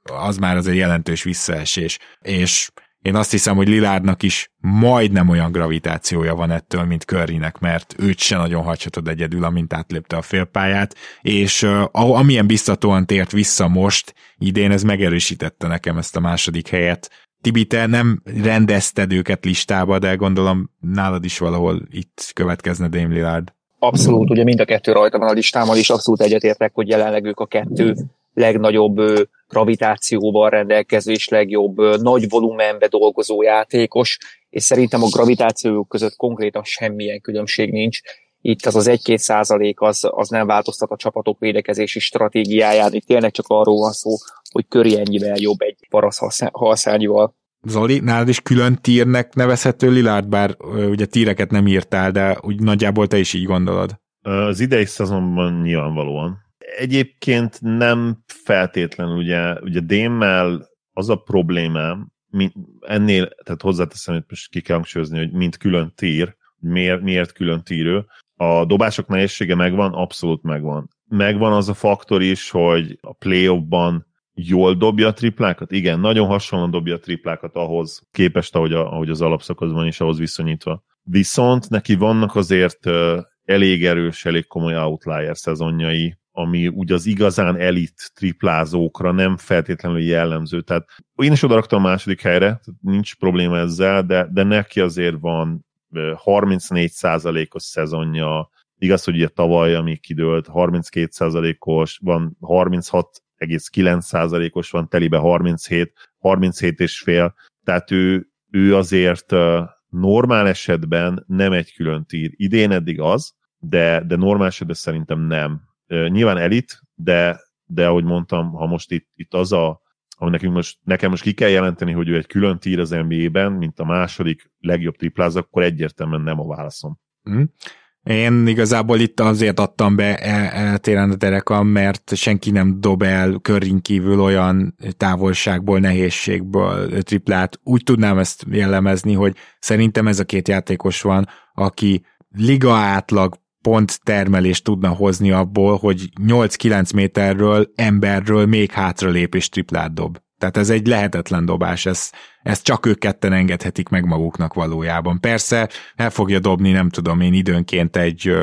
az már az egy jelentős visszaesés. És én azt hiszem, hogy Lillardnak is majdnem olyan gravitációja van ettől, mint Currynek, mert őt se nagyon hagyhatod egyedül, amint átlépte a félpályát, és amilyen biztatóan tért vissza most, idén ez megerősítette nekem ezt a második helyet. Tibi, te nem rendezted őket listába, de gondolom nálad is valahol itt következne Dame Lillard. Abszolút, ugye mind a kettő rajta van a listámon, és abszolút egyetértek, hogy jelenleg ők a kettő legnagyobb gravitációval rendelkező és legjobb nagy volumenbe dolgozó játékos, és szerintem a gravitációk között konkrétan semmilyen különbség nincs. Itt az 1-2% az nem változtat a csapatok védekezési stratégiáján, itt tényleg csak arról van szó, hogy Curry ennyivel jobb egy parasz halszárnyival. Zoli, nálad is külön tírnek nevezhető Lillard, bár ugye tíreket nem írtál, de úgy nagyjából te is így gondolod. Az idei szezonban nyilvánvalóan. Egyébként nem feltétlenül, ugye Dame-mel az a problémám, ennél, tehát hozzáteszem, hogy most ki kell hangsúlyozni, hogy mint külön tír, miért külön tírő. A dobások nehézsége megvan, abszolút megvan. Megvan az a faktor is, hogy a play-offban jól dobja a triplákat? Igen, nagyon hasonlóan dobja a triplákat ahhoz képest, ahogy az alapszakaszban is ahhoz viszonyítva. Viszont neki vannak azért elég erős, elég komoly outlier szezonjai, ami ugye az igazán elit triplázókra nem feltétlenül jellemző. Tehát én is odaraktam a második helyre, nincs probléma ezzel, de neki azért van 34%-os szezonja, igaz, hogy ugye tavaly, ami kidőlt, 32%-os, van 36,9%-os, van telibe 37 és fél, tehát ő azért normál esetben nem egy külön tír. Idén eddig az, de normál esetben szerintem nem. Nyilván elit, de ahogy mondtam, ha most itt az ami nekem most ki kell jelenteni, hogy ő egy külön tír az NBA-ben, mint a második legjobb triplázó, akkor egyértelműen nem a válaszom. Én igazából itt azért adtam be eltéren a derekam, mert senki nem dob el Curryn kívül olyan távolságból, nehézségből triplát. Úgy tudnám ezt jellemezni, hogy szerintem ez a két játékos van, aki liga átlag pont termelést tudna hozni abból, hogy 8-9 méterről, emberről még hátralép és triplát dob. Tehát ez egy lehetetlen dobás, ezt csak ők ketten engedhetik meg maguknak valójában. Persze el fogja dobni, nem tudom én, időnként egy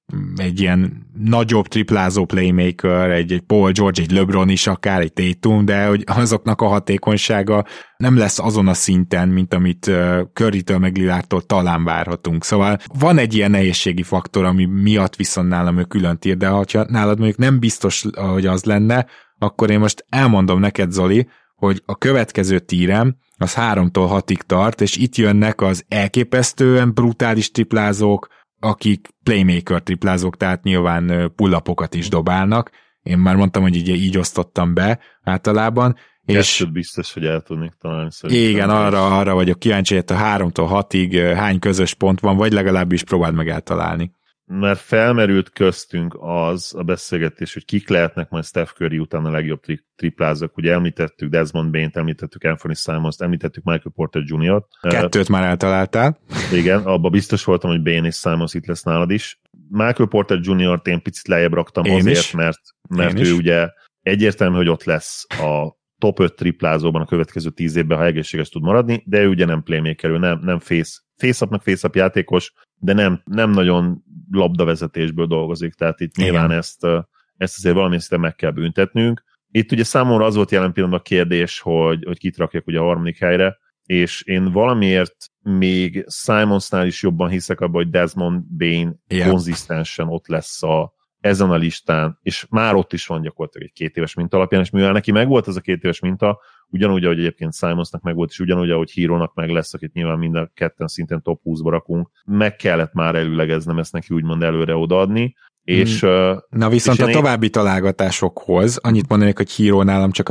ilyen nagyobb triplázó playmaker, egy Paul George, egy LeBron is akár, egy Tatum, de hogy azoknak a hatékonysága nem lesz azon a szinten, mint amit Currytől meg Lillardtól talán várhatunk. Szóval van egy ilyen nehézségi faktor, ami miatt viszont nálam ő külön tír, de ha nálad mondjuk nem biztos, hogy az lenne, akkor én most elmondom neked, Zoli, hogy a következő tírem az 3-tól 6-ig tart, és itt jönnek az elképesztően brutális triplázók, akik playmaker triplázók, tehát nyilván pull-upokat is dobálnak. Én már mondtam, hogy így osztottam be általában. És biztos, hogy el tudnék találni. Igen, arra vagyok kíváncsi, hogy a 3-tól 6-ig hány közös pont van, vagy legalábbis próbáld meg eltalálni. Mert felmerült köztünk az a beszélgetés, hogy kik lehetnek majd Steph Curry után a legjobb triplázók. Ugye említettük Desmond Bane-t, említettük Anthony Simons-t, említettük Michael Porter Jr. 2 már eltaláltál. Igen, abban biztos voltam, hogy Bane és Simons itt lesz nálad is. Michael Porter Jr.-t én picit lejjebb raktam azért, mert ő ugye egyértelmű, hogy ott lesz a top 5 triplázóban a következő 10 évben, ha egészséges tud maradni, de ő ugye nem playmaker, ő nem face-upnak face-up játékos, de nem nagyon labdavezetésből dolgozik, tehát itt nyilván ezt azért valamilyen szinten meg kell büntetnünk. Itt ugye számomra az volt jelen pillanatban a kérdés, hogy kit rakjak ugye a harmadik helyre, és én valamiért még Simonsnál is jobban hiszek abban, hogy Desmond Bane konzisztensen ott lesz ezen a listán, és már ott is van gyakorlatilag egy 2 éves minta alapján, és mivel neki megvolt ez a 2 éves minta, ugyanúgy, ahogy egyébként Simonsnak megvolt, és ugyanúgy, ahogy Hero-nak meg lesz, akit nyilván mind a ketten szintén top 20-ba rakunk, meg kellett már előlegeznem ezt neki úgymond előre odaadni, és... Na viszont a további találgatásokhoz annyit mondanék, hogy Hero nálam csak a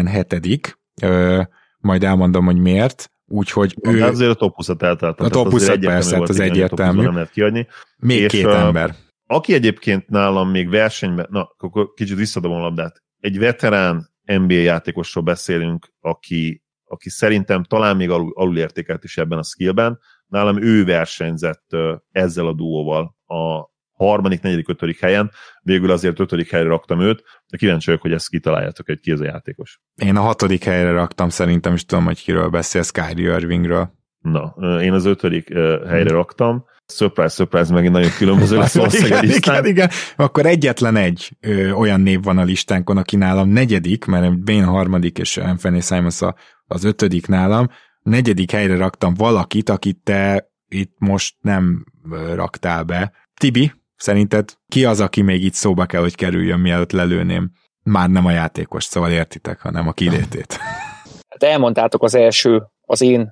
17. Majd elmondom, hogy miért. Úgyhogy ő... Azért a top 20-at eltaláltam. A top 20-at persze, az egyértelmű. Nem lehet kiadni. Még és 2 ember. Aki egyébként nálam még versenyben, akkor kicsit visszadobom a labdát, egy veterán NBA játékosról beszélünk, aki szerintem talán még alulértékelt is ebben a skillben. Nálam ő versenyzett ezzel a duóval a harmadik, negyedik, ötödik helyen, végül azért 5. helyre raktam őt, de kíváncsi vagyok, hogy ezt kitaláljátok, hogy ki ez a játékos. Én a 6. helyre raktam, szerintem is tudom, hogy kiről beszélsz, Kyrie Irvingről. Na, én az 5. helyre raktam. Surprise, megint nagyon különböző lesz valószínűleg a listán. Igen. Akkor egyetlen egy olyan név van a listánkon, aki nálam 4., mert Bane 3. és Anthony Simons az 5. nálam. 4. helyre raktam valakit, akit te itt most nem raktál be. Tibi, szerinted ki az, aki még itt szóba kell, hogy kerüljön, mielőtt lelőném? Már nem a játékos, szóval értitek, hanem a kilétét. Hát elmondtátok az első, az én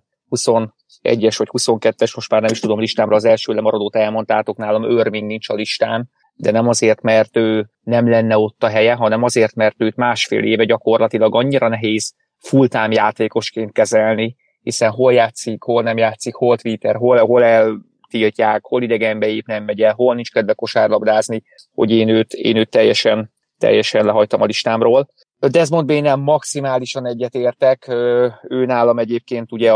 21-es vagy 22-es, most már nem is tudom listámra az első lemaradót elmondtátok, nálam Irving nincs a listán, de nem azért, mert ő nem lenne ott a helye, hanem azért, mert őt 1,5 éve gyakorlatilag annyira nehéz full-time játékosként kezelni, hiszen hol játszik, hol nem játszik, hol Twitter, hol eltiltják, hol idegenbe épp nem megy el, hol nincs kedve kosárlabdázni, hogy én őt teljesen lehagytam a listámról. Desmond Bane-nel maximálisan egyetértek, ő nálam egyébként ugye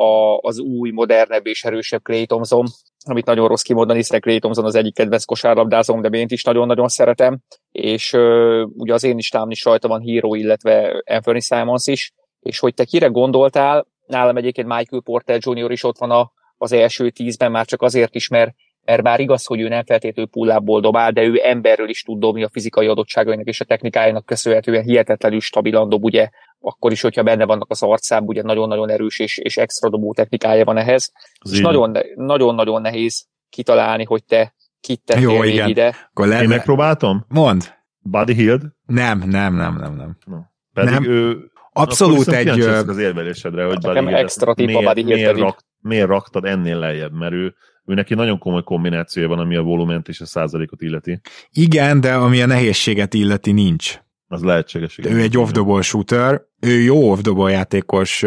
az új, modernebb és erősebb Klay Thompson, amit nagyon rossz kimondani, hiszen Klay Thompson az egyik kedvenc kosárlabdázom, de Bane-t is nagyon-nagyon szeretem, és ugye az én listámon is rajta van Hero, illetve Anthony Simons is, és hogy te kire gondoltál, nálam egyébként Michael Porter Jr. is ott van az első 10-ben, már csak azért is, mert bár igaz, hogy ő nem feltétlenül pullából dobál, de ő emberről is tud dobni a fizikai adottságainak és a technikájának köszönhetően hihetetlenül stabilan dob, ugye, akkor is, hogyha benne vannak az arcában, ugye nagyon-nagyon erős és extra dobó technikája van ehhez. És nagyon-nagyon nehéz kitalálni, hogy te kit tettél még ide. Én megpróbáltam? Mondd. Buddy Hield? Nem. No. Pedig nem. Ő... Abszolút egy... az érvelésedre, hogy Buddy extra tipp a Buddy Hield. Miért raktad ennél lejjebb? Mert ő neki nagyon komoly kombinációja van, ami a volument és a százalékot illeti. Igen, de ami a nehézséget illeti, nincs. Az lehetséges. Igen. Ő egy off-the-ball shooter, ő jó off-the-ball játékos,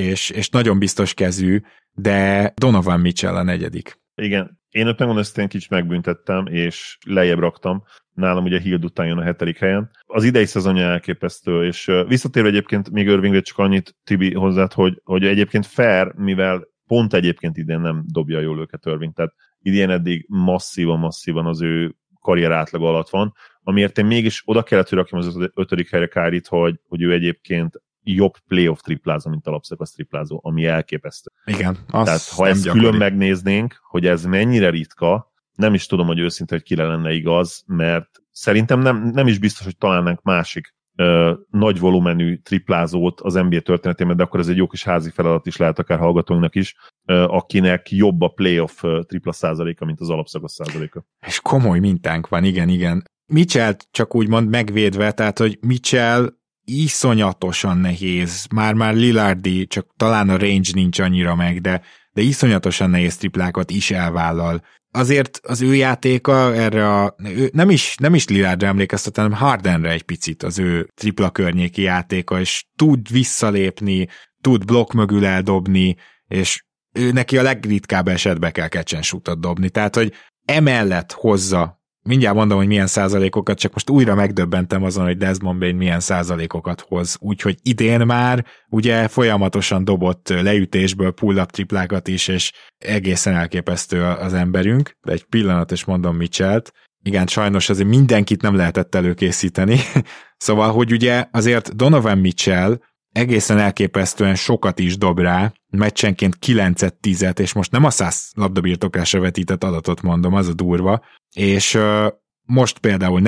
és nagyon biztos kezű, de Donovan Mitchell a 4. Igen, én őt megmondom, ezt én kicsit megbüntettem, és lejjebb raktam. Nálam ugye Hield után jön a 7. helyen. Az idei szezonja elképesztő, és visszatérve egyébként még Irvingre csak annyit, Tibi, hozzád, hogy egyébként fair, mivel pont egyébként idén nem dobja jól őket Irving, tehát idén eddig masszívan az ő karrier átlag alatt van, amiért én mégis oda kellett, hogy rakjam az 5. helyre Kyrie-t, hogy ő egyébként jobb playoff triplázó, mint alapszakasz triplázó, ami elképesztő. Igen. Tehát ha ezt gyakori. Külön megnéznénk, hogy ez mennyire ritka, nem is tudom, hogy őszintén, hogy kire lenne igaz, mert szerintem nem is biztos, hogy találnánk másik nagy volumenű triplázót az NBA történetében, de akkor ez egy jó kis házi feladat is lehet akár hallgatóinknak is, akinek jobb a playoff tripla százaléka, mint az alapszakasz százaléka. És komoly mintánk van, igen. Mitchell csak úgymond megvédve, tehát, hogy Mitchell iszonyatosan nehéz, már Lillardi, csak talán a range nincs annyira meg, de iszonyatosan nehéz triplákat is elvállal. Azért az ő játéka erre nem is Lillardra emlékeztet, hanem Hardenre egy picit az ő tripla környéki játéka, és tud visszalépni, tud blokk mögül eldobni, és ő neki a legritkább esetben kell catch and shootot dobni. Tehát, hogy emellett hozza, mindjárt mondom, hogy milyen százalékokat, csak most újra megdöbbentem azon, hogy Desmond Bane milyen százalékokat hoz. Úgyhogy idén már ugye folyamatosan dobott leütésből pull-up triplákat is, és egészen elképesztő az emberünk. De egy pillanat, és mondom Mitchellt. Igen, sajnos azért mindenkit nem lehetett előkészíteni. Szóval, hogy ugye azért Donovan Mitchell egészen elképesztően sokat is dob rá, meccsenként 9-10, és most nem a 100 labdabirtoklásra vetített adatot mondom, az a durva, és most például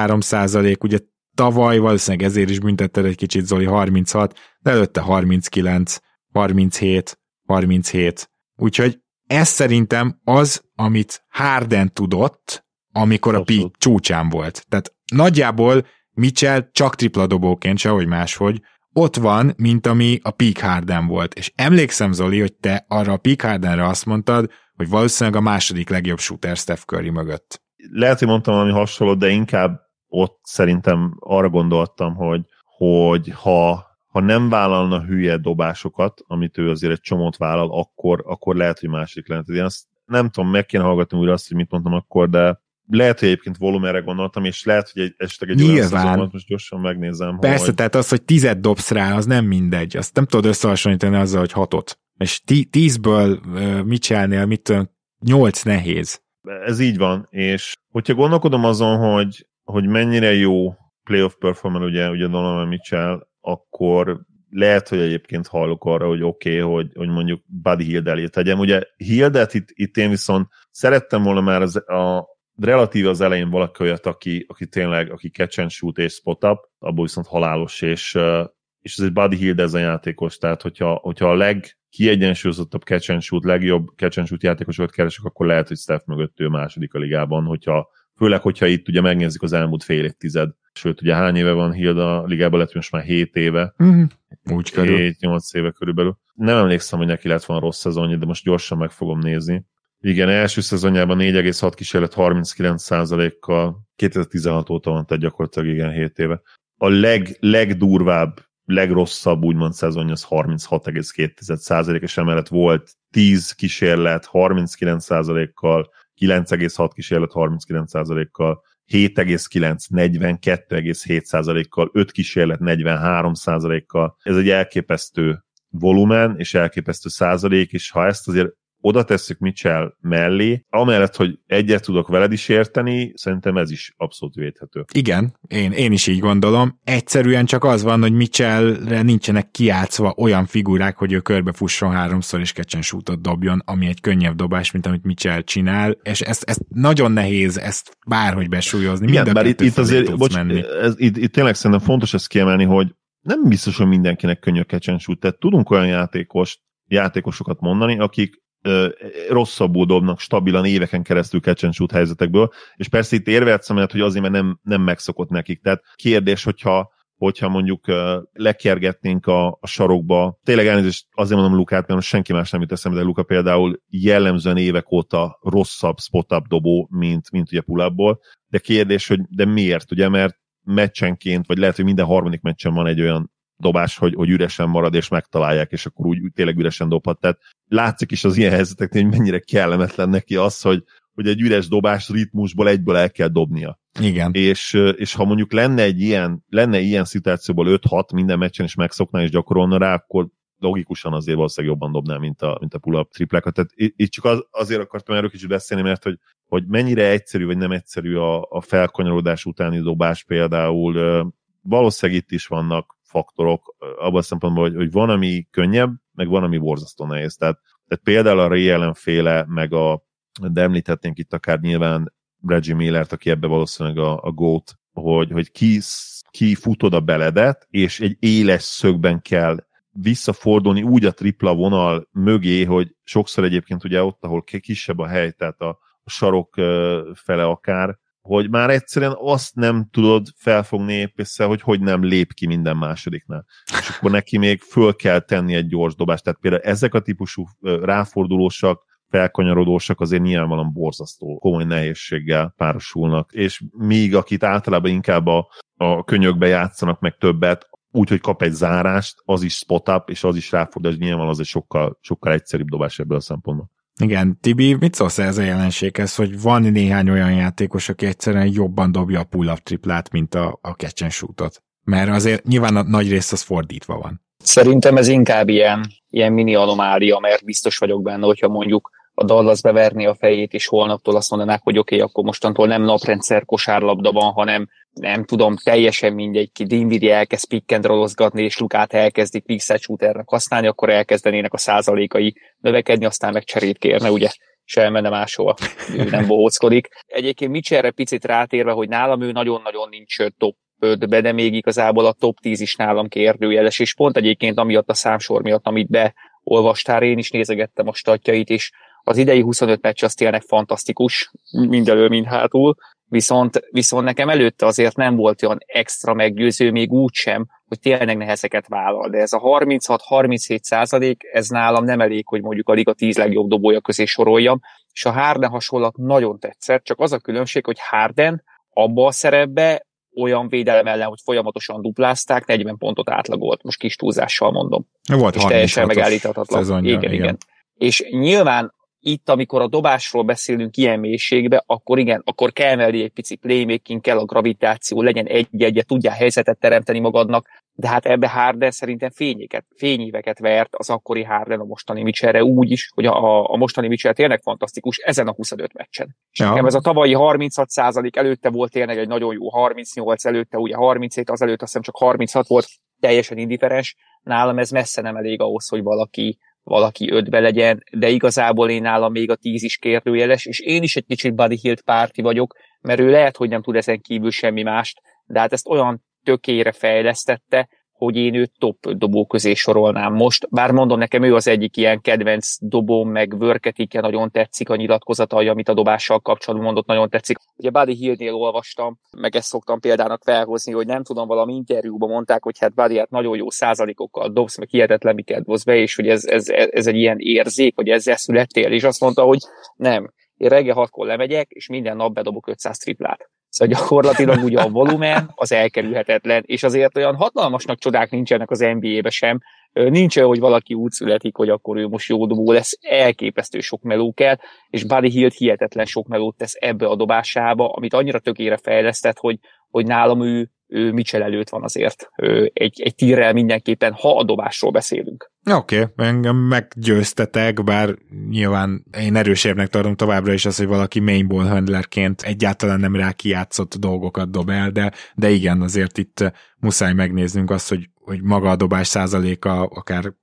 43%, ugye tavaly valószínűleg ezért is büntetted egy kicsit Zoli 36, de előtte 39, 37, úgyhogy ez szerintem az, amit Harden tudott, amikor a peak csúcsán volt. Tehát nagyjából Mitchell csak tripla dobóként, sehogy máshogy, ott van, mint ami a peak Harden volt. És emlékszem, Zoli, hogy te arra a peak Hardenre azt mondtad, hogy valószínűleg a második legjobb shooter Steph Curry mögött. Lehet, hogy mondtam valami hasonlót, de inkább ott szerintem arra gondoltam, hogy ha nem vállalna hülye dobásokat, amit ő azért egy csomót vállal, akkor lehet, hogy második lenne. Én azt nem tudom, meg kéne hallgatni újra azt, hogy mit mondtam akkor, de lehet, hogy egyébként volumenre gondoltam, és lehet, hogy esetleg egy olyan szezonomat most gyorsan megnézem. Persze, hogy... tehát az, hogy 10 dobsz rá, az nem mindegy. Azt nem tudod összehasonlítani azzal, hogy 6-ot. És 10-ből Mitchellnél 8 nehéz. Ez így van, és hogyha gondolkodom azon, hogy mennyire jó playoff performer ugye Donovan Mitchell, akkor lehet, hogy egyébként hallok arra, hogy oké, hogy mondjuk Buddy Hield elé tegyem. Ugye Hieldet itt én viszont szerettem volna már relatív az elején valaki olyat, aki tényleg, aki catch and shoot és spot up, abból viszont halálos, és ez egy Buddy Hield ez a játékos, tehát hogyha a legkiegyensúlyozottabb catch and shoot, legjobb catch and shoot játékosokat keresek, akkor lehet, hogy Steph mögött ő második a ligában, főleg, hogyha itt ugye megnézzük az elmúlt fél évtized. Sőt, ugye hány éve van Hield a ligában, lett most már 7 éve. Úgy körül. 7-8 éve körülbelül. Nem emlékszem, hogy neki lett volna rossz szezonja, de most gyorsan meg fogom nézni. Igen, első szezonjában 4,6 kísérlet 39%-kal, 2016 óta van, tehát gyakorlatilag igen 7 éve. A legdurvább, legrosszabb úgymond szezonja az 36,2%, és emellett volt 10 kísérlet 39%-kal, 9,6 kísérlet 39%-kal, 7,9, 42,7%-kal, 5 kísérlet 43%-kal. Ez egy elképesztő volumen, és elképesztő százalék, és ha ezt azért oda tesszük Mitchell mellé, amellett, hogy egyet tudok veled is érteni, szerintem ez is abszolút védhető. Igen, én is így gondolom. Egyszerűen csak az van, hogy Mitchellre nincsenek kijátszva olyan figurák, hogy ő körbefusson 3-szor és catch and shootot dobjon, ami egy könnyebb dobás, mint amit Mitchell csinál, és ezt nagyon nehéz ezt bárhogy besúlyozni. Igen, bár itt azért, itt tényleg szerintem fontos ezt kiemelni, hogy nem biztos, hogy mindenkinek könnyű a catch and shoot, tehát tudunk olyan játékosokat mondani, akik rosszabbul dobnak stabilan éveken keresztül catch and shoot helyzetekből, és persze itt érvehetsz amellett, hogy azért, mert nem megszokott nekik. Tehát kérdés, hogyha mondjuk lekergetnénk a sarokba, tényleg elnézést azért mondom Lukát, mert most senki más nem jut eszembe, de Luka például jellemzően évek óta rosszabb spot-up dobó, mint ugye pull-upból, de kérdés, hogy de miért, ugye, mert meccsenként, vagy lehet, hogy minden harmadik meccsen van egy olyan dobás, hogy üresen marad, és megtalálják, és akkor úgy tényleg üresen dobhat. Tehát látszik is az ilyen helyzeteknél, hogy mennyire kellemetlen neki az, hogy egy üres dobás ritmusból egyből el kell dobnia. Igen. És ha mondjuk lenne ilyen szituációból 5-6 minden meccsen, és megszokná és gyakorolna rá, akkor logikusan azért valószínűleg jobban dobná, mint a pull-up triplákat. Tehát itt csak azért akartam erről kicsit beszélni, mert hogy mennyire egyszerű, vagy nem egyszerű a felkanyarodás utáni dobás például. Valószínűleg itt is vannak faktorok abban a szempontból, hogy van, ami könnyebb, meg van, ami borzasztó nehéz. Tehát például a Ray Allen-féle, de említhetnénk itt akár nyilván Reggie Millert, aki ebbe valószínűleg a GOAT, hogy ki futod a beledet, és egy éles szögben kell visszafordulni úgy a tripla vonal mögé, hogy sokszor egyébként ugye ott, ahol kisebb a hely, tehát a sarok fele akár, hogy már egyszerűen azt nem tudod felfogni össze, hogy nem lép ki minden másodiknál. És akkor neki még föl kell tenni egy gyors dobást. Tehát például ezek a típusú ráfordulósak, felkanyarodósak azért nyilvánvalóan borzasztó komoly nehézséggel párosulnak. És míg akit általában inkább a könyökbe játszanak meg többet, úgyhogy kap egy zárást, az is spot-up, és az is ráfordulás, nyilvánvalóan az egy sokkal, sokkal egyszerűbb dobás ebből a szempontból. Igen, Tibi, mit szólsz ez a jelenséghez, hogy van néhány olyan játékos, aki egyszerűen jobban dobja a pull-up triplát, mint a catch and shootot? Mert azért nyilván a nagy rész az fordítva van. Szerintem ez inkább ilyen mini anomália, mert biztos vagyok benne, hogyha mondjuk a Dallas beverni a fejét, és holnaptól azt mondanák, hogy oké, akkor mostantól nem naprendszer kosárlabda van, hanem nem tudom, teljesen mindegy, ki Dinwiddie elkezd pick and rollozgatni, és Lukát elkezdik pixel shooternek használni, akkor elkezdenének a százalékai növekedni, aztán meg cserét kérne, ugye, és elmenne máshova, ő nem bohóckodik. Egyébként Mitchellre picit rátérve, hogy nálam ő nagyon-nagyon nincs top 5-be, de még igazából a top 10 is nálam kérdőjeles, és pont egyébként amiatt a számsor miatt, amit beolvastál, én is nézegettem a statjait, és az idei 25 meccs az tényleg fantasztikus, mindelől, mind hátul, viszont nekem előtte azért nem volt olyan extra meggyőző, még úgy sem, hogy tényleg nehezeket vállal, de ez a 36-37%, ez nálam nem elég, hogy mondjuk a liga 10 legjobb dobója közé soroljam, és a Harden hasonlat nagyon tetszett, csak az a különbség, hogy Harden abba a szerepbe olyan védelem ellen, hogy folyamatosan duplázták, 40 pontot átlagolt, most kis túlzással mondom. Volt és teljesen megállíthatatlan. Szezonja, igen. És nyilván itt, amikor a dobásról beszélünk ilyen mélységbe, akkor igen, akkor kell mellé egy pici playmaking, kell a gravitáció, legyen egy-egyet, tudjál helyzetet teremteni magadnak, de hát ebbe Harden szerintem fényéveket vert az akkori Harden a mostani Mitchellre úgy is, hogy a mostani Mitchell tényleg fantasztikus ezen a 25 meccsen. És nekem ez a tavalyi 36% előtte volt tényleg egy nagyon jó 38 előtte, ugye 37 az előtt, azt hiszem csak 36 volt, teljesen indifferens. Nálam ez messze nem elég ahhoz, hogy valaki 5-be legyen, de igazából én nálam még a 10 is kérdőjeles, és én is egy kicsit Buddy Hield párti vagyok, mert ő lehet, hogy nem tud ezen kívül semmi mást, de hát ezt olyan tökére fejlesztette, hogy én őt top dobó közé sorolnám most. Bár mondom, nekem ő az egyik ilyen kedvenc dobóm, meg Wörketikje nagyon tetszik a nyilatkozatai, amit a dobással kapcsolatban mondott, nagyon tetszik. Ugye Buddy Hieldnél olvastam, meg ezt szoktam példának felhozni, hogy nem tudom, valami interjúban mondták, hogy hát Buddy, hát nagyon jó százalékokkal dobsz, meg hihetetlen miket dobsz be, és hogy ez egy ilyen érzék, hogy ezzel születtél, és azt mondta, hogy nem. Én reggel 6-kor lemegyek, és minden nap bedobok 500 triplát. Szóval gyakorlatilag ugye a volumen az elkerülhetetlen, és azért olyan hatalmasnak csodák nincsenek az NBA-be sem. Nincs olyan, hogy valaki úgy születik, hogy akkor ő most jó dobó lesz, elképesztő sok meló kell, és Buddy Hield hihetetlen sok melót tesz ebbe a dobásába, amit annyira tökére fejlesztett, hogy nálam ő Mitchell előtt van azért egy tírrel mindenképpen, ha a dobásról beszélünk. Oké, engem meggyőztetek, bár nyilván én erősebbnek tartom továbbra is az, hogy valaki main ball handlerként egyáltalán nem rá kijátszott dolgokat dob el, de igen, azért itt muszáj megnéznünk azt, hogy maga a dobás százaléka akár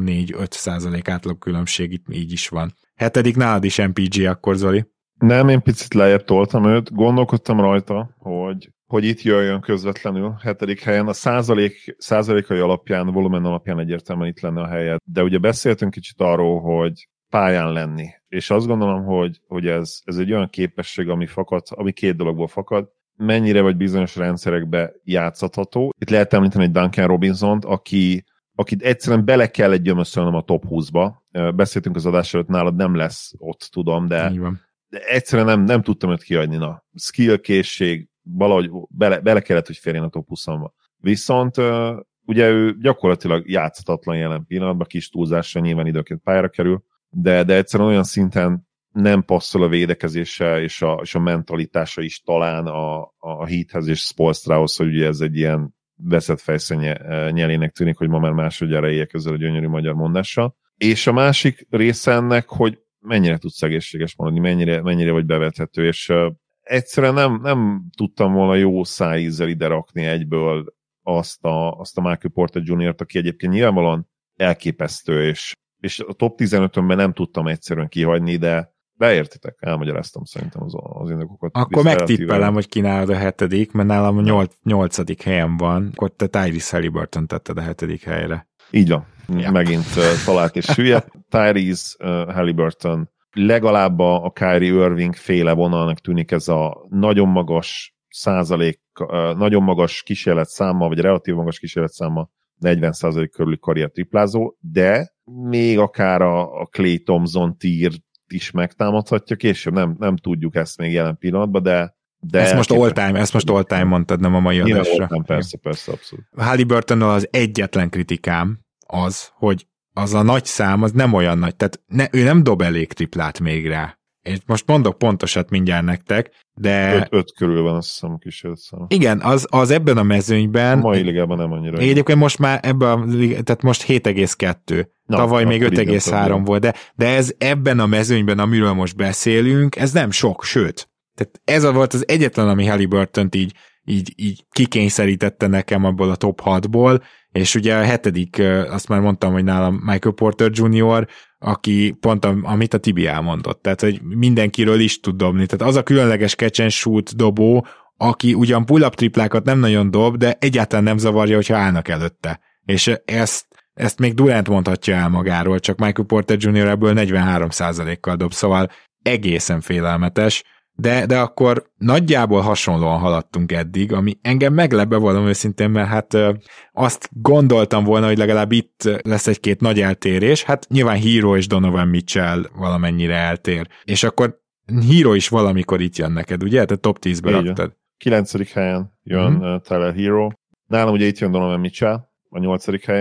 3-4-5% átlag különbség itt így is van. 7. nálad is MPG akkor, Zoli? Nem, én picit lejjebb toltam őt, gondolkodtam rajta, hogy itt jöjjön közvetlenül 7. helyen. A százalékai alapján, volumen alapján egyértelműen itt lenne a helye. De ugye beszéltünk kicsit arról, hogy pályán lenni. És azt gondolom, hogy ez egy olyan képesség, ami két dologból fakad. Mennyire vagy bizonyos rendszerekbe játszható. Itt lehet említeni egy Duncan Robinsont, akit egyszerűen bele kell egy gyömöszölnöm a top 20-ba. Beszéltünk az adás előtt, nálad nem lesz ott, tudom, de egyszerűen nem tudtam őt kiadni. Na, skill készség, valahogy bele kellett, hogy férjen a top 20-ba. Viszont ugye ő gyakorlatilag játszhatatlan jelen pillanatban, kis túlzással nyilván időként pályára kerül, de egyszerűen olyan szinten nem passzol a védekezése és a mentalitása is talán a Heathez és Spoelstrához, hogy ugye ez egy ilyen veszett fejsze nyelének tűnik, hogy ma már másodjára éljek ezzel a gyönyörű magyar mondással. És a másik része ennek, hogy mennyire tudsz egészséges maradni, mennyire vagy bevethető, és egyszerűen nem tudtam volna jó szájízzel ide rakni egyből azt a Michael Porter Jr.-t, aki egyébként nyilvánvalóan elképesztő, és a top 15-önben nem tudtam egyszerűen kihagyni, de beértitek, elmagyaráztam szerintem az indokokat. Akkor megtippelem, hogy ki nálad a 7., mert nálam a 8. helyen van, akkor te Tyrese Haliburton tetted a 7. helyre. Így van, megint talált és süllyedt. Tyrese Haliburton legalább a Kyrie Irving féle vonalnak tűnik ez a nagyon magas nagyon magas kísérletszámmal, vagy relatív magas kísérletszámmal 40% körüli karrier triplázó, de még akár a Klay Thompson tier is megtámadhatja később, nem tudjuk ezt még jelen pillanatban, de ezt most all time mondtad, nem a mai adásra. Persze, abszolút. Haliburtonnal az egyetlen kritikám az, hogy az a nagy szám, az nem olyan nagy, tehát ő nem dob elég triplát még rá. És most mondok pontosat mindjárt nektek, de... 5 körül van, azt hiszem, a kísérletszám. Igen, az ebben a mezőnyben... A mai ligában nem annyira. Egyébként most már tehát most 7,2. Tavaly még 5,3 volt, de ez ebben a mezőnyben, amiről most beszélünk, ez nem sok, sőt. Tehát ez volt az egyetlen, ami Haliburtont így kikényszerítette nekem abból a top 6-ból, és ugye a 7. azt már mondtam, hogy nálam Michael Porter Jr., aki pont amit a Tibi elmondott, tehát hogy mindenkiről is tud dobni, tehát az a különleges catch and shoot dobó, aki ugyan pull-up triplákat nem nagyon dob, de egyáltalán nem zavarja, hogyha állnak előtte. És ezt még Durant mondhatja el magáról, csak Michael Porter Jr. ebből 43%-kal dob, szóval egészen félelmetes, de akkor nagyjából hasonlóan haladtunk eddig, ami engem meglep, bevallom őszintén, mert hát azt gondoltam volna, hogy legalább itt lesz egy-két nagy eltérés, hát nyilván Hero és Donovan Mitchell valamennyire eltér, és akkor Hero is valamikor itt jön neked, ugye? Te top 10-be raktad. 9. helyen jön Tyler Hero. Nálam ugye itt jön Donovan Mitchell a 8. helyen,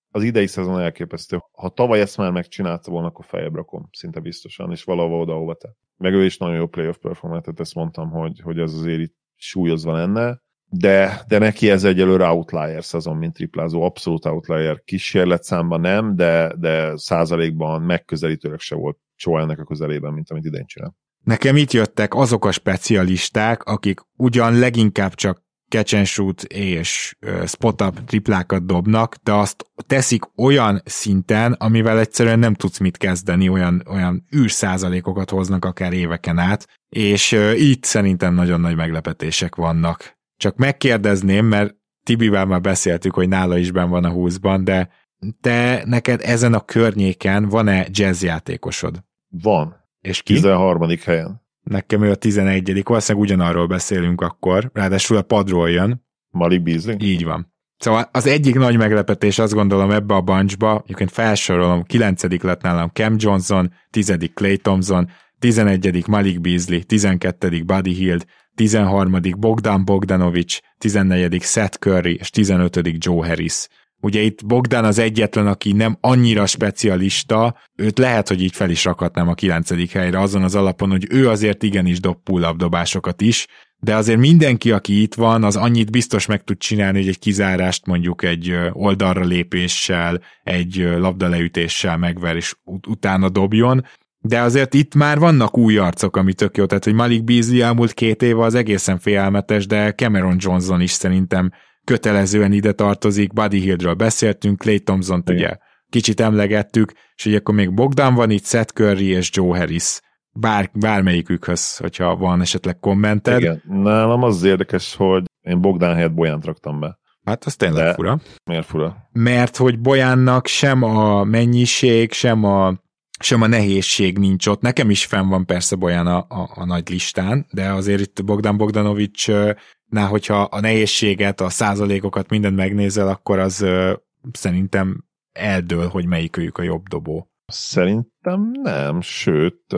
az idei szezon elképesztő. Ha tavaly ezt már megcsinálta volna, akkor feljebb rakom, szinte biztosan, és valahol oda, ahova te. Meg ő is nagyon jó playoff performantet, ezt mondtam, hogy ez azért itt súlyozva lenne, de neki ez egyelőre outlier szezon, mint triplázó, abszolút outlier. Kísérletszámban nem, de százalékban megközelítőleg se volt soha ennek a közelében, mint amit idén csinál. Nekem itt jöttek azok a specialisták, akik ugyan leginkább csak catch and shoot és spot-up triplákat dobnak, de azt teszik olyan szinten, amivel egyszerűen nem tudsz mit kezdeni, olyan űrszázalékokat hoznak akár éveken át, és itt szerintem nagyon nagy meglepetések vannak. Csak megkérdezném, mert Tibivel már beszéltük, hogy nála is benn van a 20-ban, de te neked ezen a környéken van-e jazz játékosod? Van. És ki? 13. helyen. Nekem ő a 11. Valószínűleg ugyanarról beszélünk akkor, ráadásul a padról jön. Malik Beasley? Így van. Szóval az egyik nagy meglepetés, azt gondolom, ebbe a bunchba, egyébként felsorolom, 9. lett nálam Cam Johnson, 10. Klay Thompson, 11. Malik Beasley, 12. Buddy Hield, 13. Bogdan Bogdanovic, 14. Seth Curry, és 15. Joe Harris. Ugye itt Bogdan az egyetlen, aki nem annyira specialista, őt lehet, hogy így fel is rakhatnám a 9. helyre, azon az alapon, hogy ő azért igenis dob pull-up dobásokat is, de azért mindenki, aki itt van, az annyit biztos meg tud csinálni, hogy egy kizárást mondjuk egy oldalra lépéssel, egy labdaleütéssel megver, és utána dobjon, de azért itt már vannak új arcok, ami tök jó, tehát hogy Malik Beasley elmúlt 2 éve az egészen félelmetes, de Cameron Johnson is szerintem kötelezően ide tartozik, Buddy Hieldről beszéltünk, Klay Thompsont ugye kicsit emlegettük, és ugye akkor még Bogdan van itt, Seth Curry és Joe Harris. Bármelyikükhöz, hogyha van esetleg kommented. Igen, nálam az érdekes, hogy én Bogdan helyett Bojánt raktam be. Hát az tényleg fura. Miért fura? Mert hogy Bojánnak sem a mennyiség, sem a nehézség nincs ott. Nekem is fenn van persze Boján a nagy listán, de azért itt Bogdan Bogdanovicsnál, hogyha a nehézséget, a százalékokat mindent megnézel, akkor az szerintem eldől, hogy melyikőjük a jobb dobó. Szerintem nem, sőt,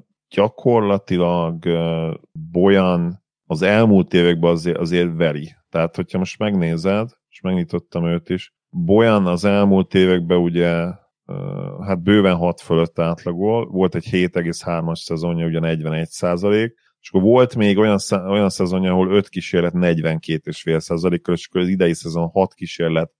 gyakorlatilag Bojan az elmúlt években azért veri. Tehát, hogyha most megnézed, és megnyitottam őt is, Bojan az elmúlt években ugye hát bőven 6 fölött átlagol, volt egy 7,3-as szezonja, ugye 41%, és akkor volt még olyan szezonja, ahol 5 kísérlet 42,5%-kal, és akkor az idei szezon 6 kísérlet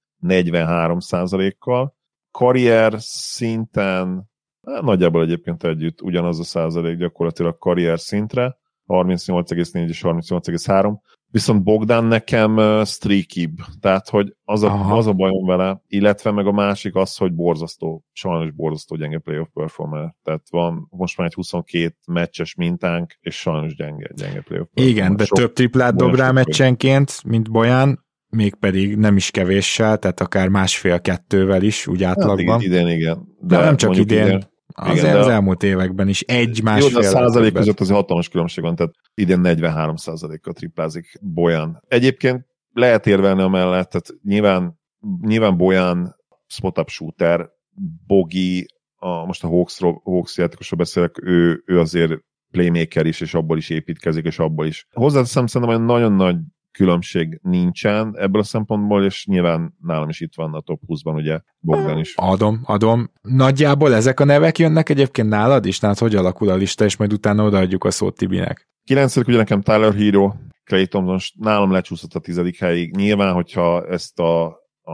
43%-kal. Karrier szinten, nagyjából egyébként együtt ugyanaz a százalék gyakorlatilag karrier szintre, 38,4 és 38,3, viszont Bogdan nekem streakibb, tehát hogy az a bajom vele, illetve meg a másik az, hogy sajnos borzasztó gyenge playoff performer, tehát van most már egy 22 meccses mintánk, és sajnos gyenge playoff performer. Igen, de több triplát dob rá meccsenként, mint Bojan, mégpedig nem is kevéssel, tehát akár 1,5-2-vel is, úgy átlagban. Hát idén igen. De nem csak idén. Az elmúlt években is 1-1,5. Jó, de a százalék között azért hatalmas különbség van, tehát idén 43%-kal triplázik Bojan. Egyébként lehet érvelni amellett, tehát nyilván Bojan spot-up shooter, Bogi, most a Hawks játékosról beszélek, ő azért playmaker is, és abból is építkezik, és abból is. Hozzáteszem, szerintem, hogy nagyon nagy különbség nincsen ebből a szempontból, és nyilván nálam is itt van a top 20-ban, ugye Bogdan is. Adom. Nagyjából ezek a nevek jönnek egyébként nálad is? Nálad hogy alakul a lista, és majd utána odaadjuk a szót Tibinek? 9. ugye nekem Tyler Hero, Klay Thompson, nálam lecsúszott a 10. helyig. Nyilván, hogyha ezt a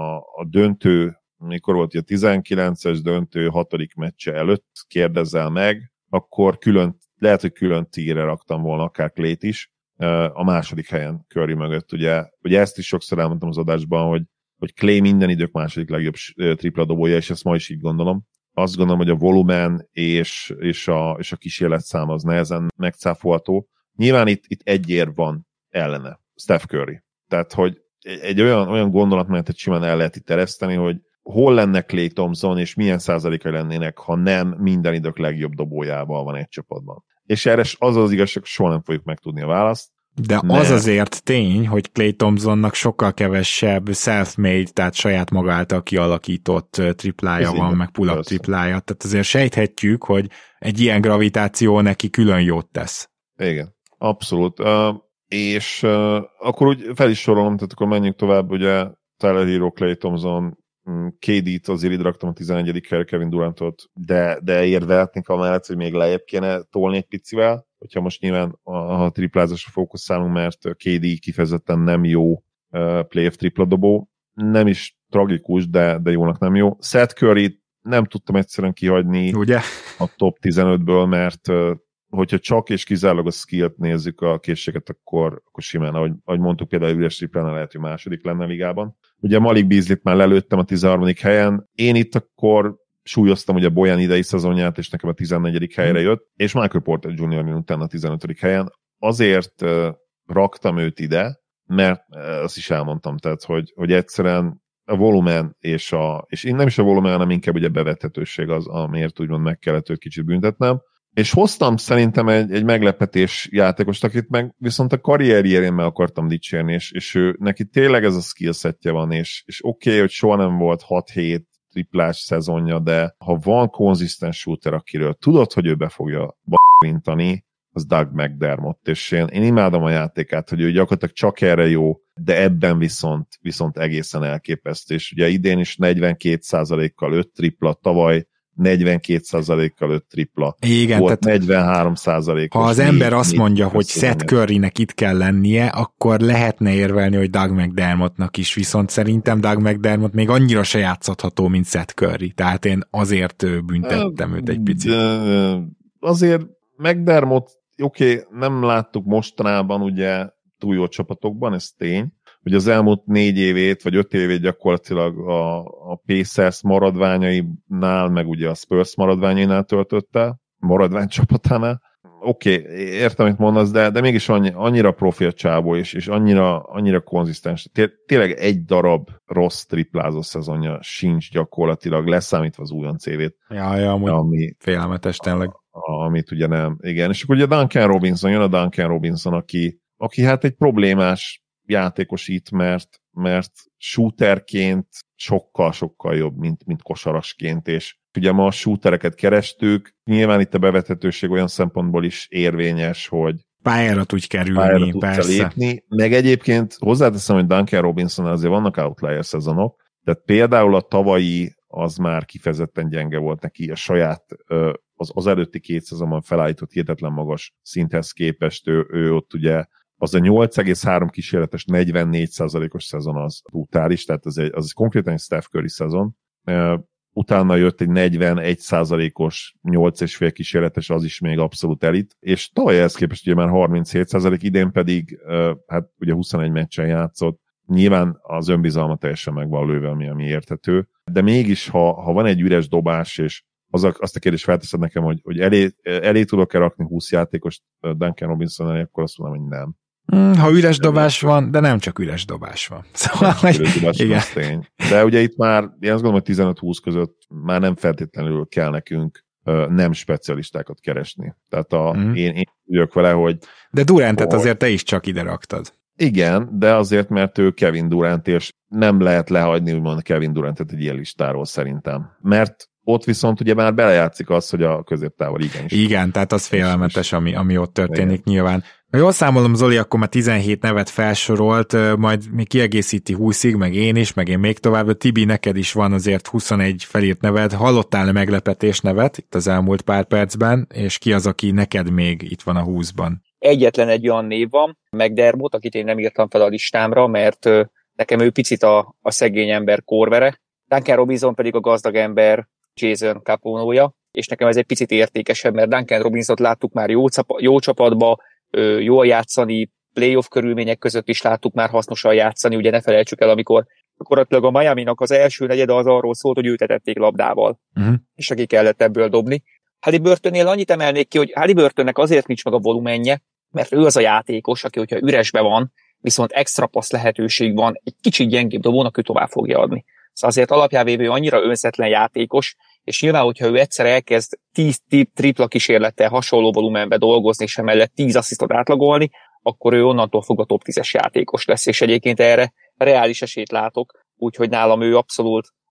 döntő, mikor volt a 19-es döntő 6. meccse előtt kérdezzel meg, akkor lehet, hogy külön tíre raktam volna akár Klayt is, a második helyen Curry mögött, ugye ezt is sokszor elmondtam az adásban, hogy Klay minden idők második legjobb tripla dobója, és ezt ma is így gondolom. Azt gondolom, hogy a volumen és a kísérletszám az nehezen megcáfolható. Nyilván itt egy ér van ellene, Steph Curry. Tehát, hogy egy olyan gondolatmenetet simán el lehet itt ereszteni, hogy hol lenne Klay Thompson, és milyen százalékai lennének, ha nem minden idők legjobb dobójával van egy csapatban. És erre az igazság, soha nem fogjuk megtudni a választ. De az azért tény, hogy Klay Thompsonnak sokkal kevesebb self-made, tehát saját maga által kialakított triplája van, meg pull-up triplája. Tehát azért sejthetjük, hogy egy ilyen gravitáció neki külön jót tesz. Igen, abszolút. És akkor úgy fel is sorolom, tehát akkor menjünk tovább, ugye Tyler Hero, Klay Thompson, KD-t azért ide raktam a 11. helyre, Kevin Durantot, de érvelhetnénk amellett, hogy még lejjebb kéne tolni egy picivel, hogyha most nyilván a triplázásra fókuszálunk, mert KD kifejezetten nem jó playoff tripla dobó, nem is tragikus, de jónak nem jó. Seth Curry nem tudtam egyszerűen kihagyni ugye? A top 15-ből, mert hogyha csak és kizárólag a skillt nézzük, a készséget, akkor simán, ahogy mondtuk, például üres triplánál lehet, hogy második lenne a ligában. Ugye Malik Beasley-t már lelőttem a 13. helyen, én itt akkor súlyoztam ugye Bojan idei szezonját, és nekem a 14. helyre jött, és Michael Porter Jr. utána a 15. helyen. Azért raktam őt ide, mert azt is elmondtam, tehát, hogy egyszerűen a volumen és én nem is a volumen, hanem inkább ugye bevethetőség az, amiért úgymond meg kellett őt kicsit büntetnem. És hoztam szerintem egy meglepetés játékost, akit meg viszont a karrierjén meg akartam dicsérni, és ő, neki tényleg ez a skillsetje van, és oké, hogy soha nem volt 6-7 triplás szezonja, de ha van konzisztens shooter, akiről tudod, hogy ő be fogja b***intani, az Doug McDermott, és én imádom a játékát, hogy ő gyakorlatilag csak erre jó, de ebben viszont egészen elképesztő, és ugye idén is 42%-kal 5 tripla, tavaly 42%-kal 5 tripla. Igen, volt tehát 43%-os. Ha az ember azt mondja, hogy Seth Currynek itt kell lennie, akkor lehetne érvelni, hogy Doug McDermottnak is, viszont szerintem Doug McDermott még annyira se játszható, mint Seth Curry, tehát én azért büntettem őt egy picit. Azért McDermott, oké, nem láttuk mostanában ugye túl jó csapatokban, ez tény, hogy az elmúlt 4 évét, vagy 5 évét gyakorlatilag a Pacers maradványainál, meg ugye a Spurs maradványainál töltötte, maradvány csapatánál. Oké, értem, amit mondasz, de mégis annyira profi a csávó, és annyira konzisztens. Tényleg egy darab rossz triplázó szezonja sincs gyakorlatilag, leszámítva az újonc évét. Ja, amúgy félelmetes tényleg. Amit ugye nem, igen. És akkor ugye Duncan Robinson, jön a Duncan Robinson, aki hát egy problémás játékos itt, mert shooterként sokkal jobb, mint kosarasként, és ugye ma a shootereket kerestük, nyilván itt a bevethetőség olyan szempontból is érvényes, hogy pályára tudj kerülni, persze. Lépni, meg egyébként hozzáteszem, hogy Duncan Robinson azért vannak outlier szezonok, tehát például a tavalyi az már kifejezetten gyenge volt neki, a saját az előtti 2 szezonban felállított hihetetlen magas szinthez képest, ő ott ugye az a 8,3 kísérletes 44%-os szezon az brutális, tehát az konkrétan egy Steph Curry szezon. Utána jött egy 41%-os 8,5 kísérletes, az is még abszolút elit, és tavaly ehhez képest ugye már 37%, idén pedig hát ugye 21 meccsen játszott, nyilván az önbizalma teljesen meg van lőve, ami érthető, de mégis, ha van egy üres dobás, és azt a kérdést felteszed nekem, hogy elé tudok-e rakni 20 játékost Duncan Robinson elé, akkor azt mondom, hogy nem. Ha üres dobás van, de nem csak üres dobás van. Szóval, üres dobás van, az tény. De ugye itt már, én azt gondolom, hogy 15-20 között már nem feltétlenül kell nekünk nem specialistákat keresni. Tehát én vagyok vele, hogy... De Durantet azért te is csak ide raktad. Igen, de azért, mert ő Kevin Durant, és nem lehet lehagyni úgymond Kevin Durantet egy ilyen listáról szerintem. Mert ott viszont ugye már belejátszik az, hogy a középtávol igenis. Igen, tehát az félelmetes, ami ott történik nyilván. Ha jól számolom, Zoli, akkor már 17 nevet felsorolt, majd még kiegészíti 20-ig, meg én is, meg én még tovább. Tibi, neked is van azért 21 felírt neved. Hallottál-e meglepetés nevet itt az elmúlt pár percben, és ki az, aki neked még itt van a 20-ban? Egyetlen egy olyan név van, McDermott, akit én nem írtam fel a listámra, mert nekem ő picit a szegény ember kórvere. Duncan Robinson pedig a gazdag ember Jason Caponója, és nekem ez egy picit értékesebb, mert Duncan Robinsont láttuk már jó csapatba, jól játszani, playoff körülmények között is láttuk már hasznosan játszani, ugye ne felejtsük el, amikor gyakorlatilag a Miaminak az első negyede az arról szólt, hogy ültetették labdával, és aki kellett ebből dobni. Haliburtonnél annyit emelnék ki, hogy Haliburtonnek azért nincs meg a volumenje, mert ő az a játékos, aki, hogyha üresbe van, viszont extra passz lehetőség van, egy kicsit gyengébb dobónak ő tovább fogja adni. Szóval azért alapjávévő annyira önzetlen játékos, és nyilván, hogyha ő egyszer elkezd 10 tripla kísérlettel hasonló volumenbe dolgozni, és emellett 10 asszisztot átlagolni, akkor ő onnantól fog a top 10-es játékos lesz, és egyébként erre reális esélyt látok, úgyhogy nálam ő